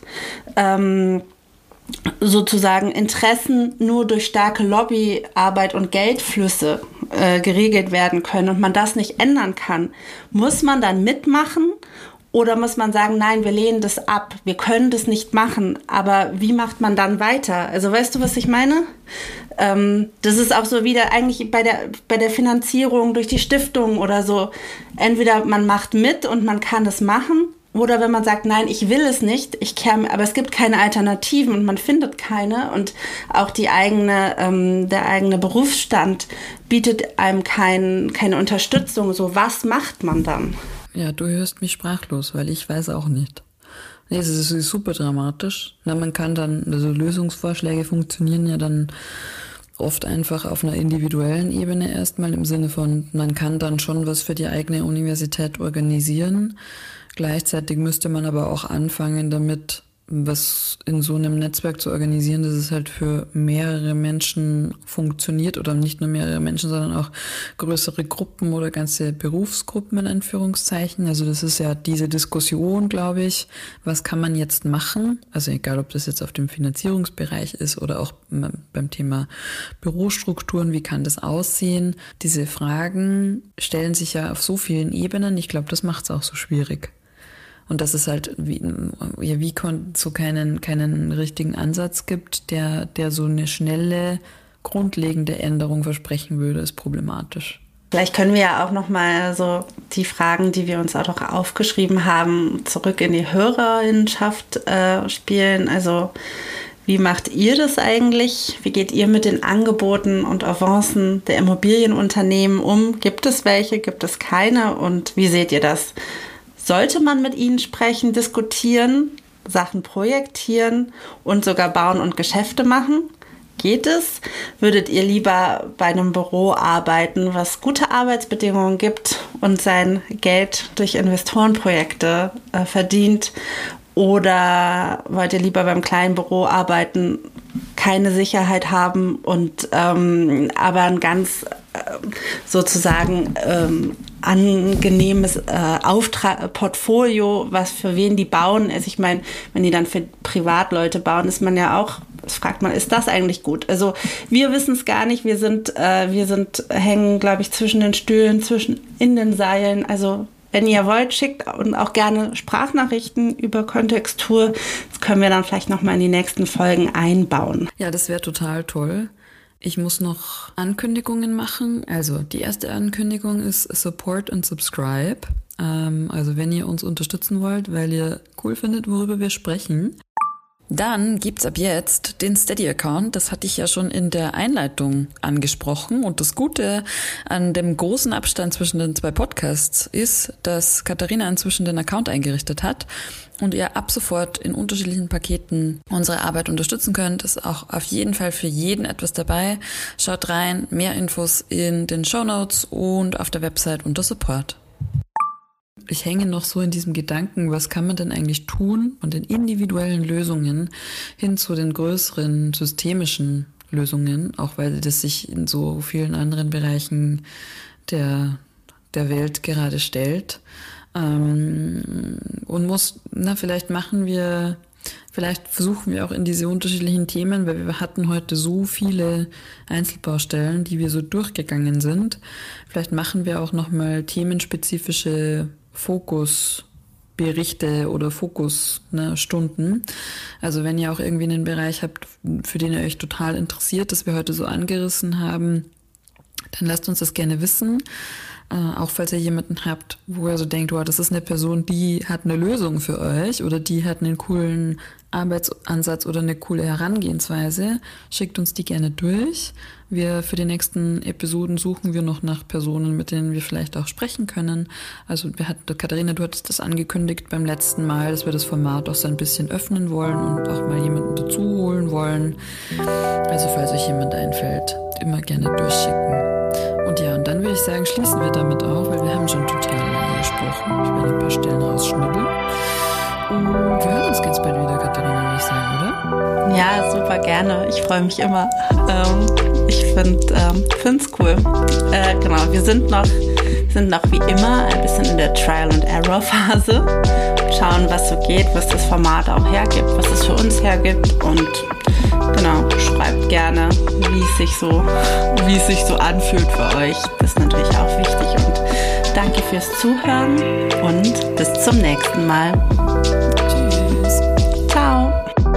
sozusagen Interessen nur durch starke Lobbyarbeit und Geldflüsse geregelt werden können und man das nicht ändern kann, muss man dann mitmachen? Oder muss man sagen, nein, wir lehnen das ab, wir können das nicht machen, aber wie macht man dann weiter? Also weißt du, was ich meine? Das ist auch so wieder eigentlich bei der Finanzierung durch die Stiftung oder so. Entweder man macht mit und man kann es machen, oder wenn man sagt, nein, ich will es nicht, aber es gibt keine Alternativen und man findet keine und auch der eigene Berufsstand bietet einem keine Unterstützung. So, was macht man dann? Ja, du hörst mich sprachlos, weil ich weiß auch nicht. Nee, es ist super dramatisch. Na, man kann dann, also Lösungsvorschläge funktionieren ja dann oft einfach auf einer individuellen Ebene erstmal im Sinne von, man kann dann schon was für die eigene Universität organisieren. Gleichzeitig müsste man aber auch anfangen damit, was in so einem Netzwerk zu organisieren, dass es halt für mehrere Menschen funktioniert oder nicht nur mehrere Menschen, sondern auch größere Gruppen oder ganze Berufsgruppen in Anführungszeichen. Also das ist ja diese Diskussion, glaube ich, was kann man jetzt machen? Also egal, ob das jetzt auf dem Finanzierungsbereich ist oder auch beim Thema Bürostrukturen, wie kann das aussehen? Diese Fragen stellen sich ja auf so vielen Ebenen. Ich glaube, das macht es auch so schwierig. Und dass es halt so keinen richtigen Ansatz gibt, der so eine schnelle, grundlegende Änderung versprechen würde, ist problematisch. Vielleicht können wir ja auch nochmal so die Fragen, die wir uns auch noch aufgeschrieben haben, zurück in die Hörerinnenschaft spielen. Also wie macht ihr das eigentlich? Wie geht ihr mit den Angeboten und Avancen der Immobilienunternehmen um? Gibt es welche? Gibt es keine? Und wie seht ihr das? Sollte man mit ihnen sprechen, diskutieren, Sachen projektieren und sogar bauen und Geschäfte machen? Geht es? Würdet ihr lieber bei einem Büro arbeiten, was gute Arbeitsbedingungen gibt und sein Geld durch Investorenprojekte verdient? Oder wollt ihr lieber beim kleinen Büro arbeiten, keine Sicherheit haben und aber ein ganz sozusagen angenehmes Portfolio, was für wen die bauen. Also ich meine, wenn die dann für Privatleute bauen, ist man ja auch, fragt man, ist das eigentlich gut? Also wir wissen es gar nicht. Wir hängen, glaube ich, zwischen den Stühlen, in den Seilen. Also wenn ihr wollt, schickt und auch gerne Sprachnachrichten über Kontextur. Das können wir dann vielleicht nochmal in die nächsten Folgen einbauen. Ja, das wäre total toll. Ich muss noch Ankündigungen machen. Also die erste Ankündigung ist Support und Subscribe. Also wenn ihr uns unterstützen wollt, weil ihr cool findet, worüber wir sprechen. Dann gibt's ab jetzt den Steady-Account. Das hatte ich ja schon in der Einleitung angesprochen. Und das Gute an dem großen Abstand zwischen den 2 Podcasts ist, dass Katharina inzwischen den Account eingerichtet hat und ihr ab sofort in unterschiedlichen Paketen unsere Arbeit unterstützen könnt. Ist auch auf jeden Fall für jeden etwas dabei. Schaut rein, mehr Infos in den Shownotes und auf der Website unter Support. Ich hänge noch so in diesem Gedanken, was kann man denn eigentlich tun von den individuellen Lösungen hin zu den größeren systemischen Lösungen, auch weil das sich in so vielen anderen Bereichen der Welt gerade stellt. Vielleicht versuchen wir auch in diese unterschiedlichen Themen, weil wir hatten heute so viele Einzelbaustellen, die wir so durchgegangen sind. Vielleicht machen wir auch nochmal themenspezifische Fokusberichte oder Fokusstunden. Also wenn ihr auch irgendwie einen Bereich habt, für den ihr euch total interessiert, das wir heute so angerissen haben, dann lasst uns das gerne wissen. Auch falls ihr jemanden habt, wo ihr so denkt, wow, das ist eine Person, die hat eine Lösung für euch oder die hat einen coolen Arbeitsansatz oder eine coole Herangehensweise, schickt uns die gerne durch. Für die nächsten Episoden suchen wir noch nach Personen, mit denen wir vielleicht auch sprechen können. Also Katharina, du hattest das angekündigt beim letzten Mal, dass wir das Format auch so ein bisschen öffnen wollen und auch mal jemanden dazu holen wollen. Also falls euch jemand einfällt, immer gerne durchschicken. Und ja, und dann würde ich sagen, schließen wir damit auf, weil wir haben schon total lange gesprochen. Ich werde ein paar Stellen rausschnibbeln. Und wir hören uns ganz bald wieder, Katharina, würde ich sagen, oder? Ja, super gerne. Ich freue mich immer. Ich finde es cool. Genau, wir sind noch wie immer ein bisschen in der Trial-and-Error-Phase. Schauen, was so geht, was das Format auch hergibt, was es für uns hergibt. Und genau, schreibt gerne, wie es sich so anfühlt für euch. Das ist natürlich auch wichtig. Und danke fürs Zuhören und bis zum nächsten Mal. Tschüss. Ciao.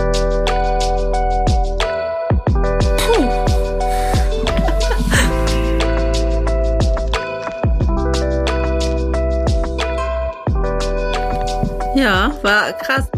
Puh. Ja, war krass.